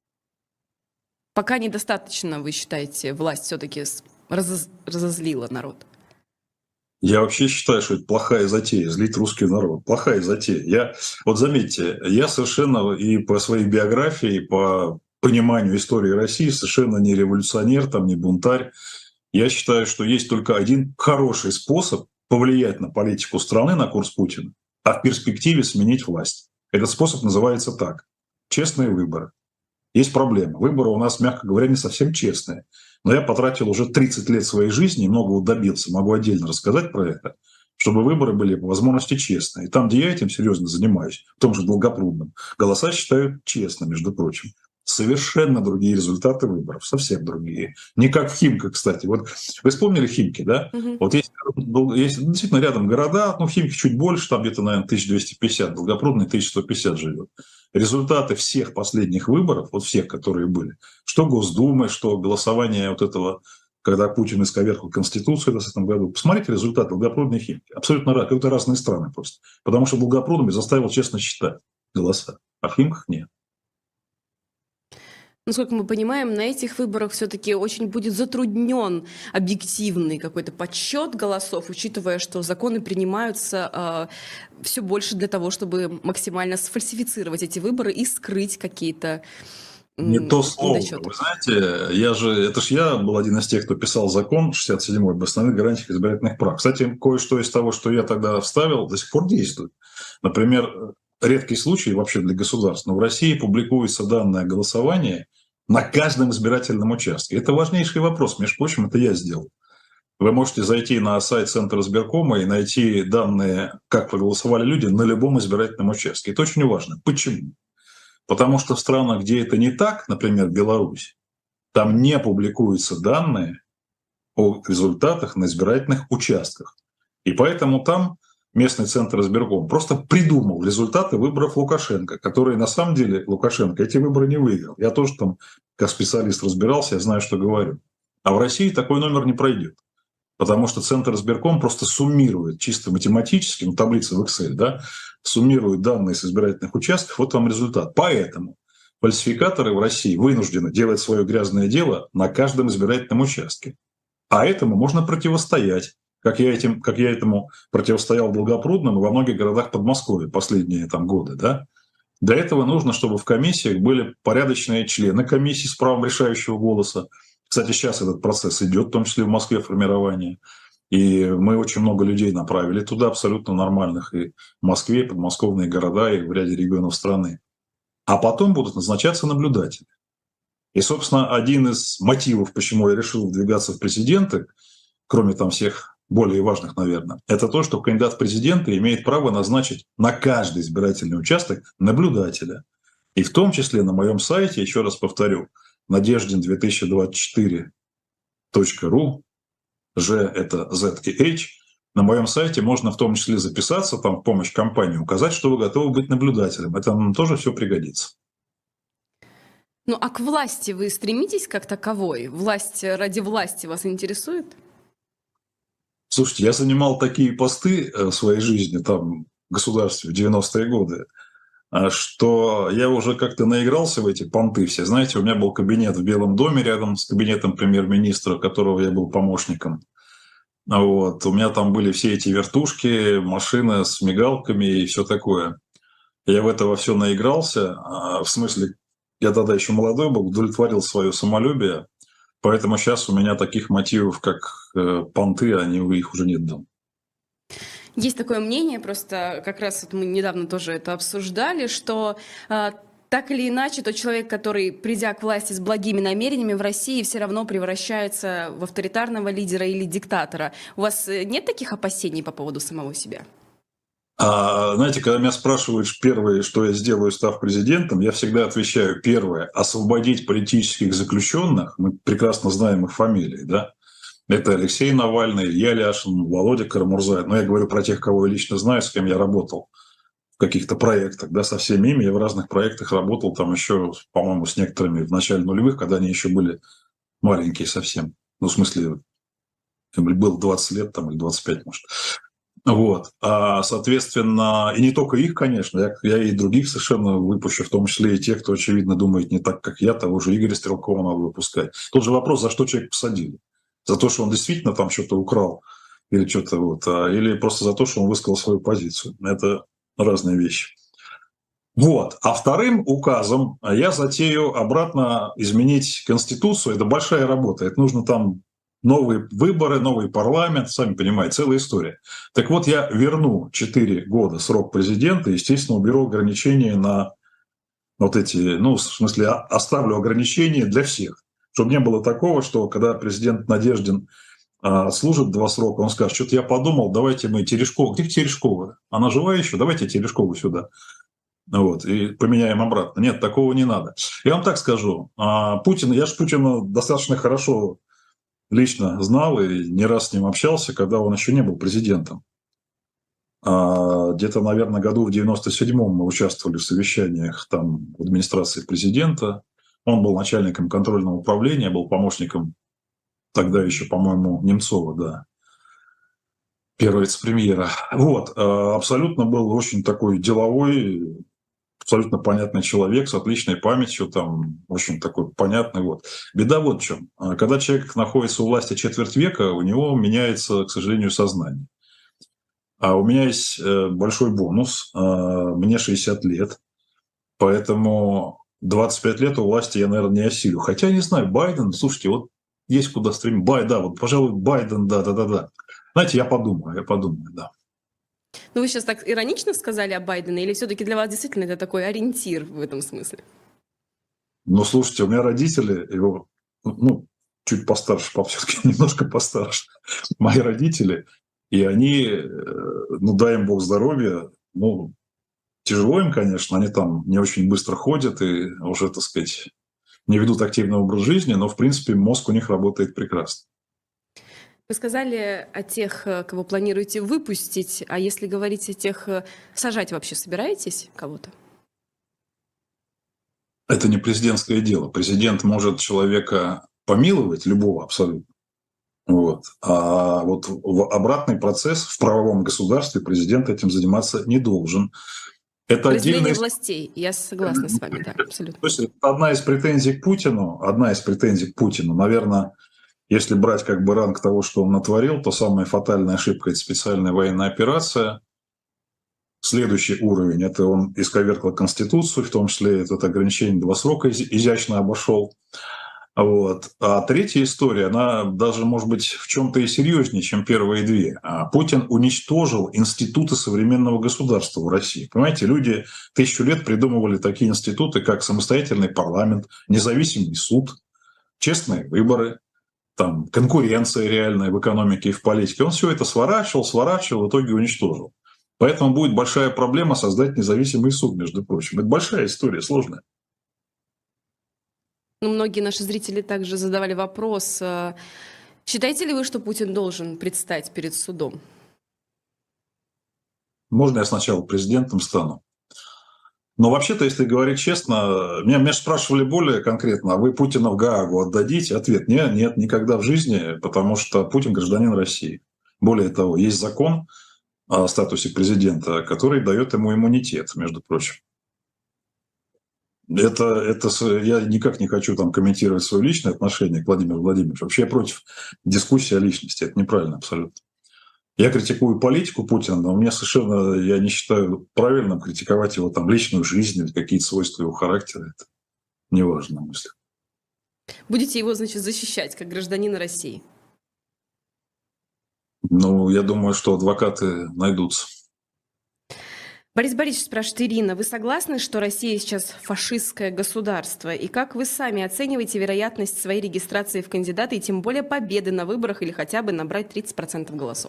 Пока недостаточно, вы считаете, власть все-таки разозлила народ? Я вообще считаю, что это плохая затея, злить русский народ. Плохая затея. Вот заметьте, я совершенно и по своей биографии, и по пониманию истории России совершенно не революционер, там, не бунтарь. Я считаю, что есть только один хороший способ повлиять на политику страны, на курс Путина, а в перспективе сменить власть. Этот способ называется так. Честные выборы. Есть проблема. Выборы у нас, мягко говоря, не совсем честные. Но я потратил уже 30 лет своей жизни и многого добился. Могу отдельно рассказать про это, чтобы выборы были по возможности честные. И там, где я этим серьезно занимаюсь, в том же Долгопрудном, голоса считают честно, между прочим. Совершенно другие результаты выборов, совсем другие. Не как в Химках, кстати. Вот вы вспомнили Химки, да? Угу. Вот есть действительно рядом города, ну, Химки чуть больше, там где-то, наверное, 1250, Долгопрудный 1150 живет. Результаты всех последних выборов, вот всех, которые были, что Госдумы, что голосование вот этого, когда Путин исковеркал Конституцию в 2020 году, посмотрите результаты Долгопрудной и Химки. Абсолютно как-то разные страны просто. Потому что Долгопрудный заставил честно считать голоса, а в Химках нет. Насколько мы понимаем, на этих выборах все-таки очень будет затруднен объективный какой-то подсчет голосов, учитывая, что законы принимаются все больше для того, чтобы максимально сфальсифицировать эти выборы и скрыть какие-то Не то слово. недочеты. Вы знаете, это ж я был один из тех, кто писал закон 67-й об основных гарантиях избирательных прав. Кстати, кое-что из того, что я тогда вставил, до сих пор действует. Например, редкий случай вообще для государств, но в России публикуются данные о голосовании на каждом избирательном участке. Это важнейший вопрос, между прочим, это я сделал. Вы можете зайти на сайт Центра избиркома и найти данные, как проголосовали люди на любом избирательном участке. Это очень важно. Почему? Потому что в странах, где это не так, например, Беларусь, там не публикуются данные о результатах на избирательных участках. И поэтому там местный Центр избирком просто придумал результаты выборов Лукашенко, которые на самом деле Лукашенко эти выборы не выиграл. Я тоже там как специалист разбирался, я знаю, что говорю. А в России такой номер не пройдет. Потому что Центр избирком просто суммирует чисто математически, ну, таблица в Excel, да, суммирует данные с избирательных участков, вот вам результат. Поэтому фальсификаторы в России вынуждены делать свое грязное дело на каждом избирательном участке. А этому можно противостоять, как я этому противостоял в Долгопрудном и во многих городах Подмосковья последние годы. Да? Для этого нужно, чтобы в комиссиях были порядочные члены комиссии с правом решающего голоса. Кстати, сейчас этот процесс идет, в том числе в Москве формирование. И мы очень много людей направили туда, абсолютно нормальных, и в Москве, и подмосковные города, и в ряде регионов страны. А потом будут назначаться наблюдатели. И, собственно, один из мотивов, почему я решил выдвигаться в президенты, кроме там всех более важных, наверное, это то, что кандидат в президенты имеет право назначить на каждый избирательный участок наблюдателя. И в том числе на моем сайте, еще раз повторю, надеждин2024.ру, Ж это Z и H, на моем сайте можно в том числе записаться, там в помощь компании, указать, что вы готовы быть наблюдателем. Это нам тоже все пригодится. Ну а к власти вы стремитесь как таковой? Власть ради власти вас интересует? Слушайте, я занимал такие посты в своей жизни, там, в государстве в 90-е годы, что я уже как-то наигрался в эти понты все. Знаете, у меня был кабинет в Белом доме рядом с кабинетом премьер-министра, которого я был помощником. Вот. У меня там были все эти вертушки, машины с мигалками и все такое. Я в это во все наигрался. В смысле, я тогда еще молодой был, удовлетворил свое самолюбие. Поэтому сейчас у меня таких мотивов, как понты, их уже нет дома. Есть такое мнение, просто как раз вот мы недавно тоже это обсуждали, что так или иначе тот человек, который, придя к власти с благими намерениями в России, все равно превращается в авторитарного лидера или диктатора. У вас нет таких опасений по поводу самого себя? Знаете, когда меня спрашивают первое, что я сделаю, став президентом, я всегда отвечаю: первое – освободить политических заключенных, мы прекрасно знаем их фамилии, да? Это Алексей Навальный, Илья Яшин, Володя Карамурза. Но я говорю про тех, кого я лично знаю, с кем я работал в каких-то проектах, да, со всеми ими. Я в разных проектах работал, там еще, по-моему, с некоторыми в начале нулевых, когда они еще были маленькие совсем. Ну, в смысле, им было 20 лет там, или 25, может. Вот. Соответственно, и не только их, конечно, я и других совершенно выпущу, в том числе и тех, кто, очевидно, думает не так, как я, того же Игоря Стрелкова надо выпускать. Тот же вопрос, за что человека посадили. За то, что он действительно там что-то украл или что-то вот, или просто за то, что он высказал свою позицию. Это разные вещи. Вот. А вторым указом я затею обратно изменить Конституцию. Это большая работа. Это нужно там новые выборы, новый парламент, сами понимаете, целая история. Так вот, я верну 4 года срок президента, естественно, уберу ограничения на вот эти, ну, в смысле, оставлю ограничения для всех. Чтобы не было такого, что когда президент Надеждин служит 2 срока, он скажет: что-то я подумал, давайте мы Терешкову. Где Терешкова? Она жива еще? Давайте Терешкову сюда. Вот, и поменяем обратно. Нет, такого не надо. Я вам так скажу. Путин, я же Путина достаточно хорошо лично знал и не раз с ним общался, когда он еще не был президентом. Где-то, наверное, году в 97-м мы участвовали в совещаниях там в администрации президента. Он был начальником контрольного управления, был помощником тогда еще, по-моему, Немцова, да, первого вице-премьера. Вот, абсолютно был очень такой деловой, абсолютно понятный человек с отличной памятью, там, очень такой понятный. Вот. Беда вот в чем. Когда человек находится у власти четверть века, у него меняется, к сожалению, сознание. А у меня есть большой бонус. Мне 60 лет, поэтому 25 лет у власти я, наверное, не осилю. Хотя, не знаю, Байден, слушайте, вот есть куда стремиться. Да, вот, пожалуй, Байден, да. Знаете, я подумаю, да. Ну, вы сейчас так иронично сказали о Байдене, или все-таки для вас действительно это такой ориентир в этом смысле? Ну, слушайте, у меня родители, его, ну, чуть постарше, все-таки немножко постарше, мои родители, и они, ну, дай им Бог здоровья, ну, тяжело им, конечно, они там не очень быстро ходят и уже, так сказать, не ведут активный образ жизни, но, в принципе, мозг у них работает прекрасно. Вы сказали о тех, кого планируете выпустить, а если говорить о тех, сажать вообще собираетесь кого-то? Это не президентское дело. Президент может человека помиловать, любого абсолютно. Вот. А вот в обратный процесс в правовом государстве президент этим заниматься не должен. Это разделение властей, я согласна с вами, да, абсолютно. То есть это одна из претензий к Путину, наверное, если брать как бы ранг того, что он натворил, то самая фатальная ошибка – это специальная военная операция. Следующий уровень – это он исковеркал Конституцию, в том числе это ограничение 2 срока изящно обошел. Вот. А третья история, она даже, может быть, в чем-то и серьезнее, чем первые 2. Путин уничтожил институты современного государства в России. Понимаете, люди 1000 лет придумывали такие институты, как самостоятельный парламент, независимый суд, честные выборы. там конкуренция реальная в экономике и в политике. Он все это сворачивал, в итоге уничтожил. Поэтому будет большая проблема создать независимый суд, между прочим. Это большая история, сложная. Ну, многие наши зрители также задавали вопрос, считаете ли вы, что Путин должен предстать перед судом? Можно я сначала президентом стану? Но вообще-то, если говорить честно, меня спрашивали более конкретно, а вы Путина в Гаагу отдадите? Ответ – нет, никогда в жизни, потому что Путин гражданин России. Более того, есть закон о статусе президента, который дает ему иммунитет, между прочим. Я никак не хочу там комментировать свое личное отношение к Владимиру Владимировичу. Вообще я против дискуссии о личности. Это неправильно абсолютно. Я критикую политику Путина, но я не считаю правильным критиковать его там личную жизнь или какие-то свойства его характера. Это неважно, на мой взгляд. Будете его, значит, защищать как гражданина России? Ну, я думаю, что адвокаты найдутся. Борис Борисович спрашивает, Ирина, вы согласны, что Россия сейчас фашистское государство? И как вы сами оцениваете вероятность своей регистрации в кандидаты и тем более победы на выборах или хотя бы набрать 30% голосов?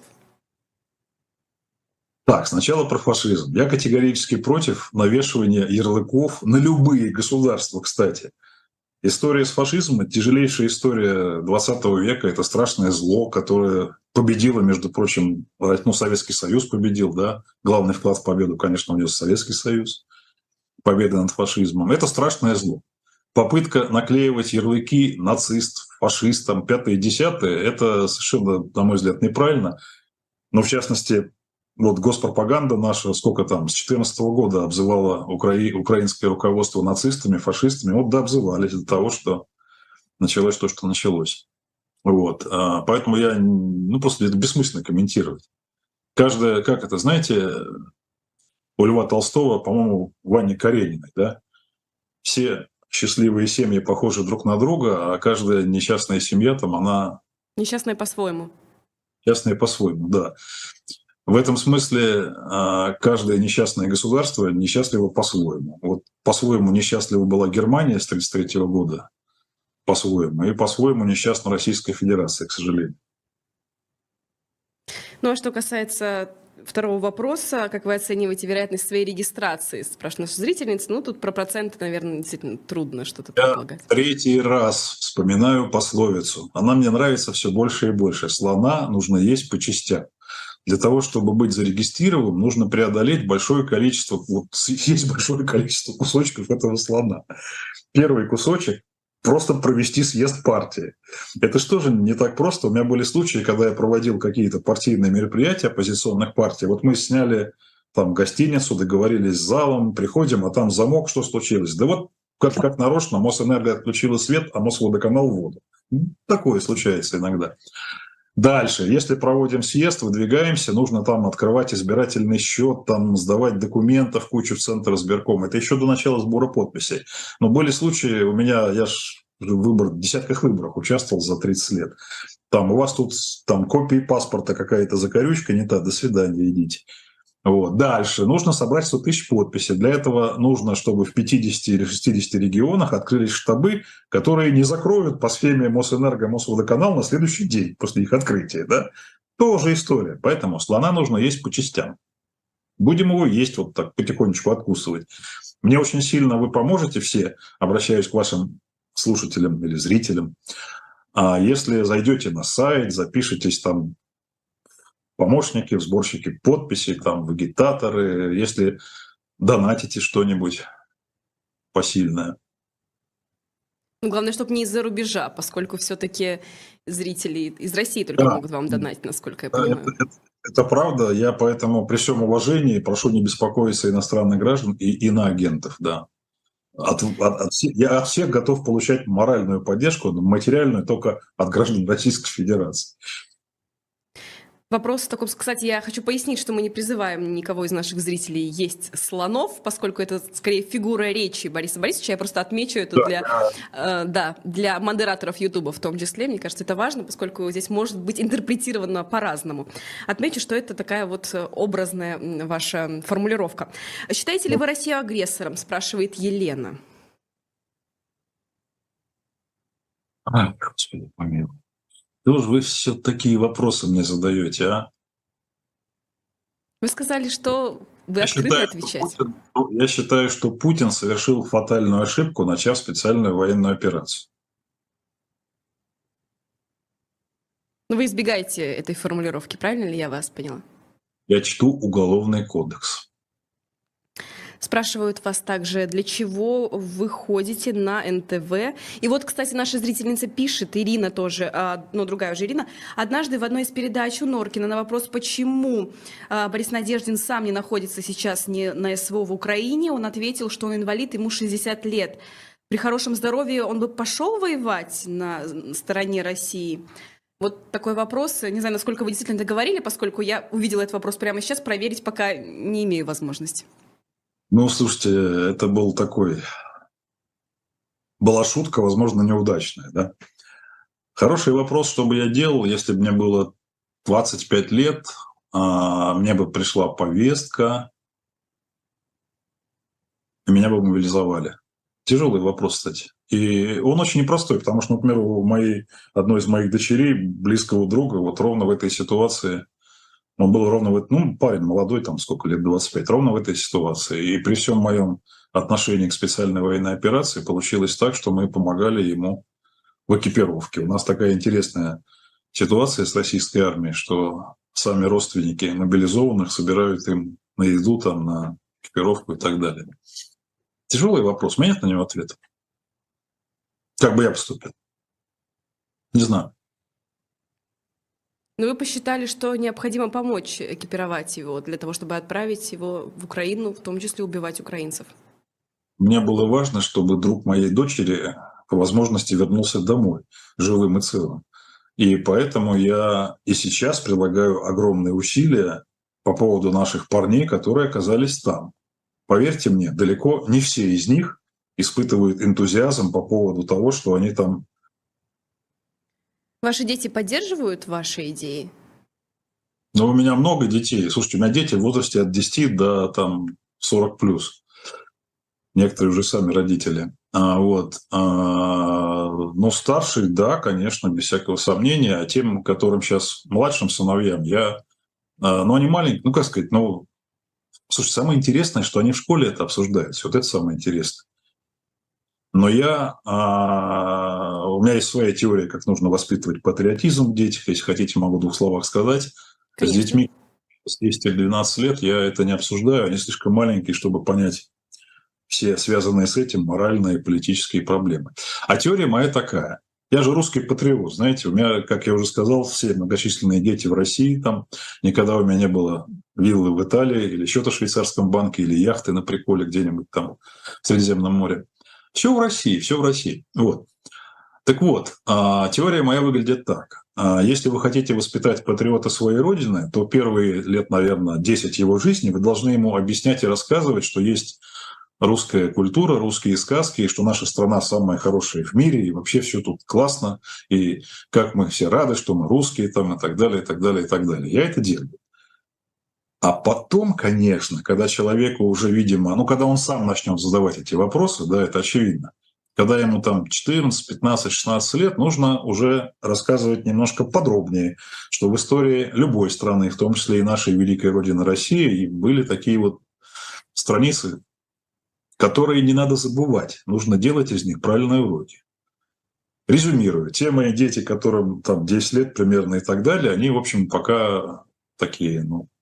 Так, сначала про фашизм. Я категорически против навешивания ярлыков на любые государства, кстати. История с фашизмом – это тяжелейшая история 20 века. Это страшное зло, которое победило, между прочим, Советский Союз победил, да. Главный вклад в победу, конечно, внес Советский Союз. Победа над фашизмом. Это страшное зло. Попытка наклеивать ярлыки нацистам, фашистам, 5-е, 10-е – это совершенно, на мой взгляд, неправильно. Но, в частности, вот госпропаганда наша, сколько там, с 2014 года обзывала украинское руководство нацистами, фашистами. Вот да, обзывались до того, что началось то, что началось. Вот. Поэтому просто это бессмысленно комментировать. Каждая, как это, знаете, у Льва Толстого, по-моему, Вани Карениной, да, все счастливые семьи похожи друг на друга, а каждая несчастная семья там, она... Несчастная по-своему. Несчастная по-своему, да. В этом смысле каждое несчастное государство несчастливо по-своему. Вот по-своему несчастлива была Германия с 1933 года, по-своему, и по-своему несчастна Российская Федерация, к сожалению. Ну а что касается второго вопроса, как вы оцениваете вероятность своей регистрации, спрашивает наша зрительница. Ну тут про проценты, наверное, действительно трудно что-то предполагать. Я третий раз вспоминаю пословицу. Она мне нравится все больше и больше. Слона нужно есть по частям. Для того, чтобы быть зарегистрированным, нужно преодолеть большое количество, съесть большое количество кусочков этого слона. Первый кусочек – просто провести съезд партии. Это что же не так просто? У меня были случаи, когда я проводил какие-то партийные мероприятия оппозиционных партий. Вот мы сняли там гостиницу, договорились с залом, приходим, а там замок, что случилось? Да вот как нарочно Мосэнерго отключила свет, а Мосводоканал воду. Такое случается иногда. Дальше, если проводим съезд, выдвигаемся, нужно там открывать избирательный счет, там сдавать документов кучу в Центр избирком. Это еще до начала сбора подписей. Но были случаи, я в десятках выборов участвовал за 30 лет. Там у вас тут там копии паспорта какая-то закорючка не та, до свидания, идите. Вот. Дальше. Нужно собрать 100 тысяч подписей. Для этого нужно, чтобы в 50 или 60 регионах открылись штабы, которые не закроют по схеме Мосэнерго, Мосводоканал на следующий день после их открытия. Да? Тоже история. Поэтому слона нужно есть по частям. Будем его есть вот так потихонечку откусывать. Мне очень сильно вы поможете все, обращаюсь к вашим слушателям или зрителям. А если зайдете на сайт, запишитесь там, помощники, сборщики подписей, там, агитаторы, если донатите что-нибудь посильное. Ну, главное, чтобы не из-за рубежа, поскольку все-таки зрители из России только могут вам донатить, насколько я понимаю. Это правда. Я поэтому при всем уважении прошу не беспокоиться иностранных граждан и иноагентов. Да. Я от всех готов получать моральную поддержку, материальную только от граждан Российской Федерации. Вопрос в таком, кстати, я хочу пояснить, что мы не призываем никого из наших зрителей есть слонов, поскольку это скорее фигура речи Бориса Борисовича. Я просто отмечу это для модераторов Ютуба в том числе. Мне кажется, это важно, поскольку здесь может быть интерпретировано по-разному. Отмечу, что это такая вот образная ваша формулировка. Считаете ли вы Россию агрессором, спрашивает Елена. Господи, помилуй. Что ж вы все такие вопросы мне задаете, а? Вы сказали, что вы Я открыты считаю, отвечать. Я считаю, что Путин совершил фатальную ошибку, начав специальную военную операцию. Но вы избегаете этой формулировки, правильно ли я вас поняла? Я чту Уголовный кодекс. Спрашивают вас также, для чего вы ходите на НТВ. И вот, кстати, наша зрительница пишет, Ирина тоже, но другая уже Ирина, однажды в одной из передач у Норкина на вопрос, почему Борис Надеждин сам не находится сейчас не на СВО в Украине, он ответил, что он инвалид, ему 60 лет. При хорошем здоровье он бы пошел воевать на стороне России? Вот такой вопрос. Не знаю, насколько вы действительно договорили, поскольку я увидела этот вопрос прямо сейчас, проверить пока не имею возможности. Ну, слушайте, это была шутка, возможно, неудачная, да? Хороший вопрос, что бы я делал, если бы мне было 25 лет, мне бы пришла повестка, и меня бы мобилизовали. Тяжелый вопрос, кстати. И он очень непростой, потому что, например, одной из моих дочерей, близкого друга, вот ровно в этой ситуации, он был ровно парень молодой, там сколько лет, 25, ровно в этой ситуации. И при всем моем отношении к специальной военной операции получилось так, что мы помогали ему в экипировке. У нас такая интересная ситуация с российской армией, что сами родственники мобилизованных собирают им на еду, там, на экипировку и так далее. Тяжелый вопрос. У меня нет на него ответа. Как бы я поступил? Не знаю. Но вы посчитали, что необходимо помочь экипировать его для того, чтобы отправить его в Украину, в том числе убивать украинцев? Мне было важно, чтобы друг моей дочери по возможности вернулся домой живым и целым. И поэтому я и сейчас прилагаю огромные усилия по поводу наших парней, которые оказались там. Поверьте мне, далеко не все из них испытывают энтузиазм по поводу того, что они там. Ваши дети поддерживают ваши идеи? Но у меня много детей. Слушайте, у меня дети в возрасте от 10 до 40 плюс. Некоторые уже сами родители. Но старшие, да, конечно, без всякого сомнения. А тем, которым сейчас младшим сыновьям, они маленькие, слушай, самое интересное, что они в школе это обсуждают. Вот это самое интересное. Но у меня есть своя теория, как нужно воспитывать патриотизм в детях. Если хотите, могу в 2 словах сказать. Конечно. С детьми с 10 или 12 лет я это не обсуждаю. Они слишком маленькие, чтобы понять все связанные с этим моральные и политические проблемы. А теория моя такая. Я же русский патриот, знаете, у меня, как я уже сказал, все многочисленные дети в России, там никогда у меня не было виллы в Италии или счета в швейцарском банке или яхты на приколе где-нибудь там в Средиземном море. Все в России, все в России. Вот. Так вот, теория моя выглядит так. Если вы хотите воспитать патриота своей родины, то первые лет, наверное, 10 его жизни вы должны ему объяснять и рассказывать, что есть русская культура, русские сказки, и что наша страна самая хорошая в мире, и вообще все тут классно, и как мы все рады, что мы русские, там, и так далее, и так далее, и так далее. Я это делаю. А потом, конечно, когда человеку уже, видимо, когда он сам начнет задавать эти вопросы, да, это очевидно, когда ему там 14, 15, 16 лет, нужно уже рассказывать немножко подробнее, что в истории любой страны, в том числе и нашей великой родины России, были такие вот страницы, которые не надо забывать. Нужно делать из них правильные уроки. Резюмирую. Те мои дети, которым там 10 лет примерно и так далее, они, в общем, пока такие,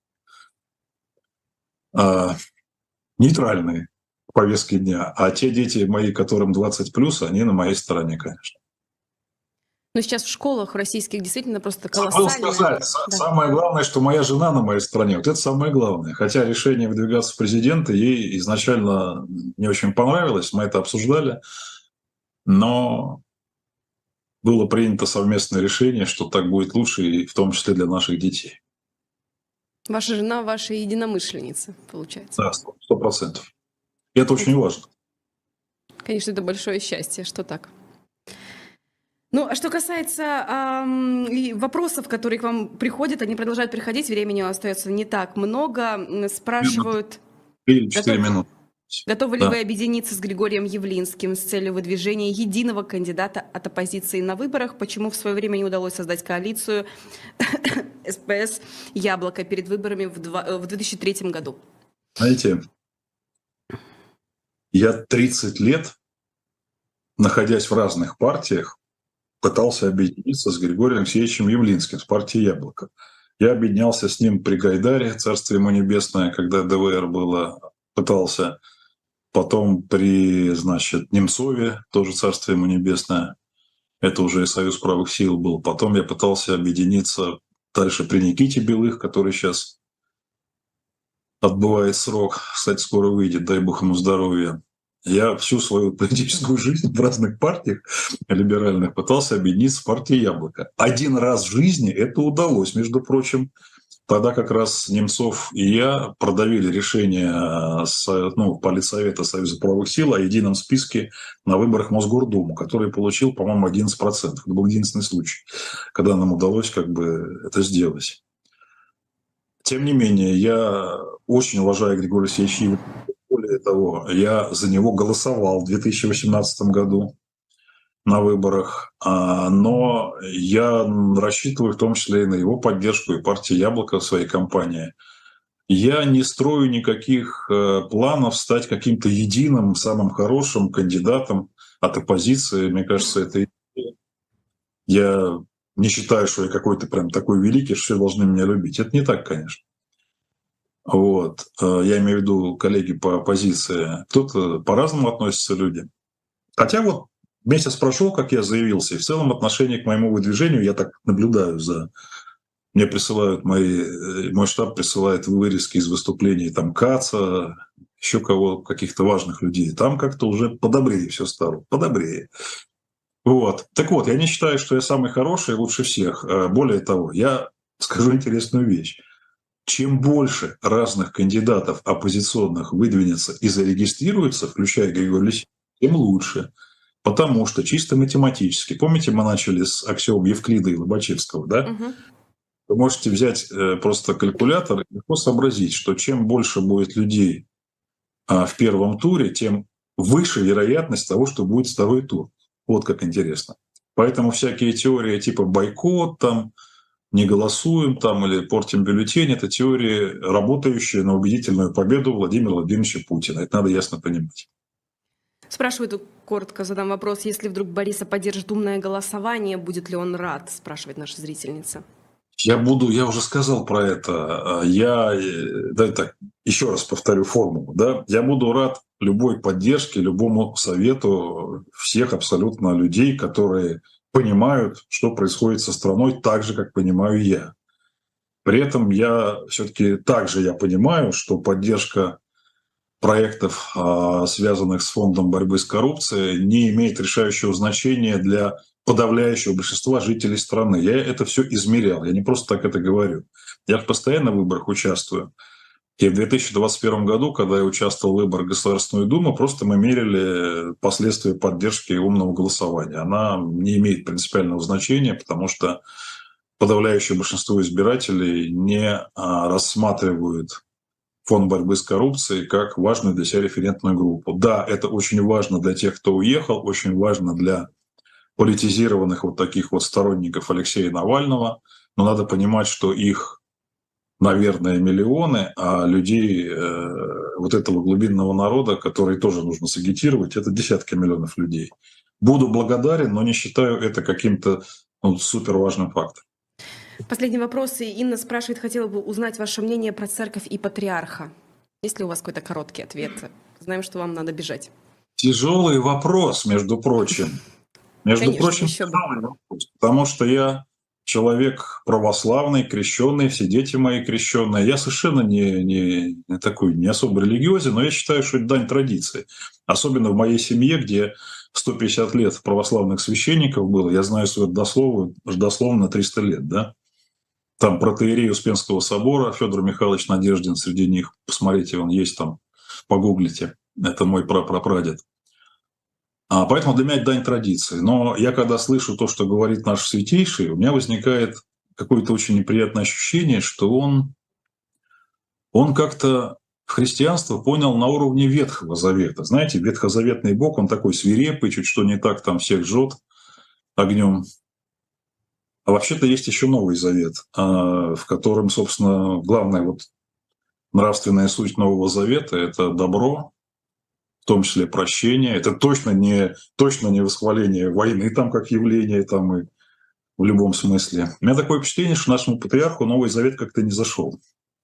нейтральные в повестке дня. А те дети мои, которым 20+, они на моей стороне, конечно. Но сейчас в школах российских действительно просто Забыл колоссальное. сказать, Да. самое главное, что моя жена на моей стороне. Вот это самое главное. Хотя решение выдвигаться в президенты ей изначально не очень понравилось, мы это обсуждали, но было принято совместное решение, что так будет лучше, и в том числе для наших детей. Ваша жена ваша единомышленница, получается. Да, 100%. И это очень важно. Конечно, это большое счастье, что так. Ну, а что касается вопросов, которые к вам приходят, они продолжают приходить, времени остается не так много. Спрашивают... 4 минуты. Готовы ли Да. вы объединиться с Григорием Явлинским с целью выдвижения единого кандидата от оппозиции на выборах? Почему в свое время не удалось создать коалицию СПС «Яблоко» перед выборами в 2003 году? Знаете, я 30 лет, находясь в разных партиях, пытался объединиться с Григорием Алексеевичем Явлинским с партией «Яблоко». Я объединялся с ним при Гайдаре, царствие ему небесное, когда ДВР было, пытался. Потом при, значит, Немцове, тоже царствие ему небесное. Это уже и Союз правых сил был. Потом я пытался объединиться дальше при Никите Белых, который сейчас отбывает срок. Кстати, скоро выйдет, дай бог ему здоровья. Я всю свою политическую жизнь в разных партиях либеральных пытался объединиться с партией «Яблоко». Один раз в жизни это удалось, между прочим. Тогда как раз Немцов и я продавили решение Политсовета Союза правых сил о едином списке на выборах в Мосгордуму, который получил, по-моему, 11%. Это был единственный случай, когда нам удалось это сделать. Тем не менее, я очень уважаю Григория Алексеевича. Более того, я за него голосовал в 2018 году на выборах, но я рассчитываю в том числе и на его поддержку, и партии «Яблоко» в своей кампании. Я не строю никаких планов стать каким-то единым, самым хорошим кандидатом от оппозиции. Мне кажется, это... Я не считаю, что я какой-то прям такой великий, что все должны меня любить. Это не так, конечно. Вот. Я имею в виду коллеги по оппозиции. Кто-то по-разному относятся люди. Хотя вот месяц прошел, как я заявился, и в целом отношение к моему выдвижению, я так наблюдаю за... Мне присылают мой штаб присылает вырезки из выступлений там Каца, еще каких-то важных людей. Там как-то уже подобрее все стало, подобрее. Вот. Так вот, я не считаю, что я самый хороший и лучше всех. Более того, я скажу интересную вещь. Чем больше разных кандидатов оппозиционных выдвинется и зарегистрируется, включая Григория Алексеевича, тем лучше. Потому что чисто математически, помните, мы начали с аксиом Евклида и Лобачевского, да? Угу. Вы можете взять просто калькулятор и легко сообразить, что чем больше будет людей в первом туре, тем выше вероятность того, что будет второй тур. Вот как интересно. Поэтому всякие теории типа бойкот, там, не голосуем там, или портим бюллетень, это теории, работающие на убедительную победу Владимира Владимировича Путина. Это надо ясно понимать. Спрашивает, коротко задам вопрос, если вдруг Бориса поддержит умное голосование, будет ли он рад, спрашивает наша зрительница. Я уже сказал про это. Еще раз повторю формулу. Да? Я буду рад любой поддержке, любому совету всех абсолютно людей, которые понимают, что происходит со страной так же, как понимаю я. При этом я понимаю, что поддержка проектов, связанных с фондом борьбы с коррупцией, не имеет решающего значения для подавляющего большинства жителей страны. Я это все измерял, я не просто так это говорю. Я постоянно в выборах участвую. И в 2021 году, когда я участвовал в выборах в Государственную Думу, просто мы мерили последствия поддержки умного голосования. Она не имеет принципиального значения, потому что подавляющее большинство избирателей не рассматривают фонд борьбы с коррупцией как важную для себя референтную группу. Да, это очень важно для тех, кто уехал, очень важно для политизированных таких сторонников Алексея Навального, но надо понимать, что их, наверное, миллионы, а людей этого глубинного народа, который тоже нужно сагитировать, это десятки миллионов людей. Буду благодарен, но не считаю это каким-то супер важным фактом. Последний вопрос. Инна спрашивает, хотела бы узнать ваше мнение про церковь и патриарха. Есть ли у вас какой-то короткий ответ? Знаем, что вам надо бежать. Тяжелый вопрос, между прочим. Тяжелый вопрос, потому что я человек православный, крещенный, все дети мои крещенные. Я совершенно не такой, не особо религиозен, но я считаю, что это дань традиции. Особенно в моей семье, где 150 лет православных священников было. Я знаю свое дословно 300 лет, да? Там протоиерей Успенского собора Федор Михайлович Надеждин среди них. Посмотрите, он есть там, погуглите. Это мой прапрадед. Поэтому для меня это дань традиции. Но я когда слышу то, что говорит наш святейший, у меня возникает какое-то очень неприятное ощущение, что он как-то христианство понял на уровне Ветхого Завета. Знаете, ветхозаветный Бог, он такой свирепый, чуть что не так, там всех жжет огнем. А вообще-то есть еще Новый Завет, в котором, собственно, главная вот нравственная суть Нового Завета – это добро, в том числе прощение. Это точно не восхваление войны там как явление, там и в любом смысле. У меня такое впечатление, что нашему патриарху Новый Завет как-то не зашел.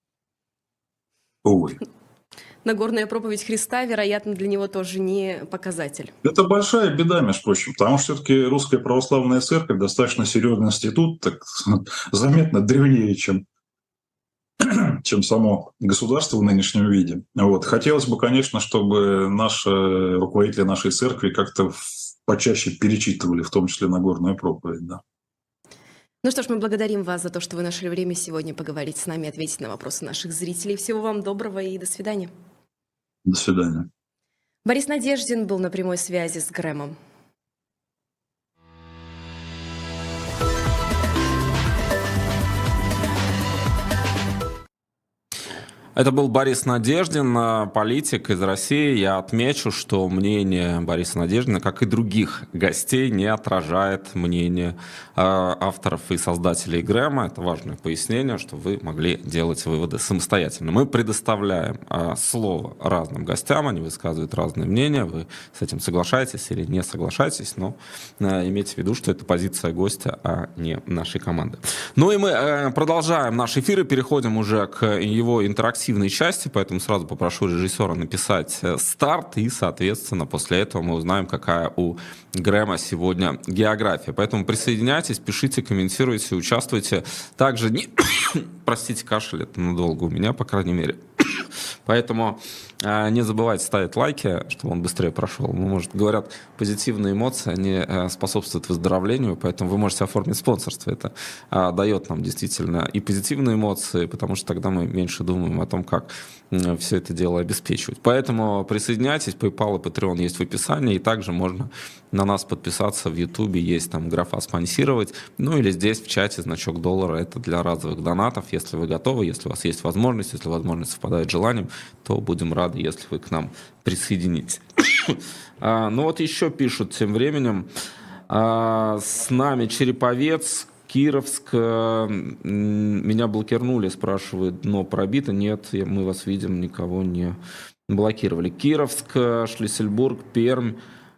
Увы. Нагорная проповедь Христа, вероятно, для него тоже не показатель. Это большая беда, между прочим, потому что все-таки Русская Православная Церковь достаточно серьезный институт, так заметно древнее, чем само государство в нынешнем виде. Вот. Хотелось бы, конечно, чтобы руководители нашей церкви как-то почаще перечитывали, в том числе Нагорную проповедь. Да. Ну что ж, мы благодарим вас за то, что вы нашли время сегодня поговорить с нами, ответить на вопросы наших зрителей. Всего вам доброго и до свидания. До свидания. Борис Надеждин был на прямой связи с Грэмом. Это был Борис Надеждин, политик из России. Я отмечу, что мнение Бориса Надеждина, как и других гостей, не отражает мнение авторов и создателей Грэма. Это важное пояснение, что вы могли делать выводы самостоятельно. Мы предоставляем слово разным гостям, они высказывают разные мнения. Вы с этим соглашаетесь или не соглашаетесь, но имейте в виду, что это позиция гостя, а не нашей команды. Ну и мы продолжаем наш эфир и переходим уже к его интерактивной части, поэтому сразу попрошу режиссера написать старт, и, соответственно, после этого мы узнаем, какая у Грэма сегодня география. Поэтому присоединяйтесь, пишите, комментируйте, участвуйте. Также не... Простите, кашель, это надолго у меня, по крайней мере. Поэтому не забывайте ставить лайки, чтобы он быстрее прошел. Ну, может, говорят, позитивные эмоции, они способствуют выздоровлению, поэтому вы можете оформить спонсорство. Это дает нам действительно и позитивные эмоции, потому что тогда мы меньше думаем о том, как все это дело обеспечивать. Поэтому присоединяйтесь, PayPal и Patreon есть в описании, и также можно на нас подписаться в YouTube, есть там графа «Спонсировать», ну или здесь в чате значок $, это для разовых донатов, если вы готовы, если у вас есть возможность, если возможность совпадает с желанием, то будем рады, если вы к нам присоединитесь. Ну вот еще пишут тем временем, с нами Череповец, Кировск, меня блокировали, спрашивают, но пробито? Нет, мы вас видим, никого не блокировали. Кировск, Шлиссельбург, Пермь,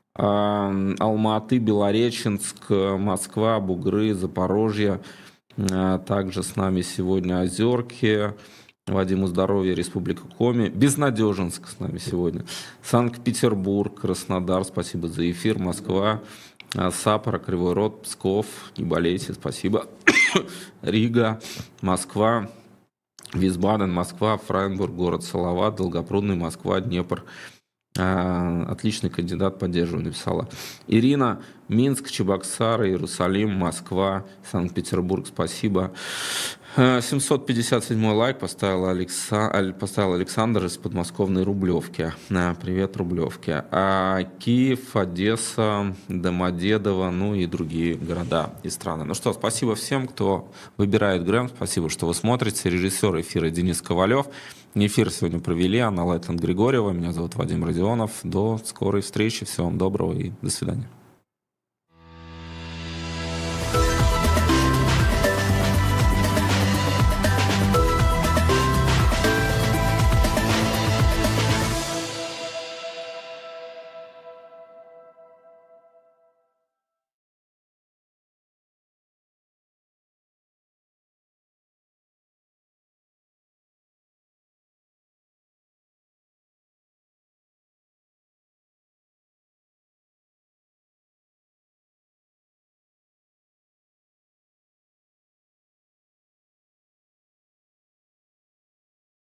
Алматы, Белореченск, Москва, Бугры, Запорожье. Также с нами сегодня Озерки, Вадиму здоровья, Республика Коми, Безнадеженск с нами сегодня, Санкт-Петербург, Краснодар, спасибо за эфир, Москва, Сапора, Кривой Рог, Псков, не болейте, спасибо, Рига, Москва, Висбаден, Москва, Фрайбург, город Салават, Долгопрудный, Москва, Днепр. Отличный кандидат, поддерживаю, написала Ирина. Минск, Чебоксары, Иерусалим, Москва, Санкт-Петербург, спасибо. 757 лайк поставил Александр из подмосковной Рублевки. Привет, Рублевки. Киев, Одесса, Домодедово, ну и другие города и страны. Ну что, спасибо всем, кто выбирает Грэм. Спасибо, что вы смотрите. Режиссер эфира Денис Ковалев. Эфир сегодня провели Анна Лайтон Григорьева. Меня зовут Вадим Родионов. До скорой встречи. Всего вам доброго и до свидания.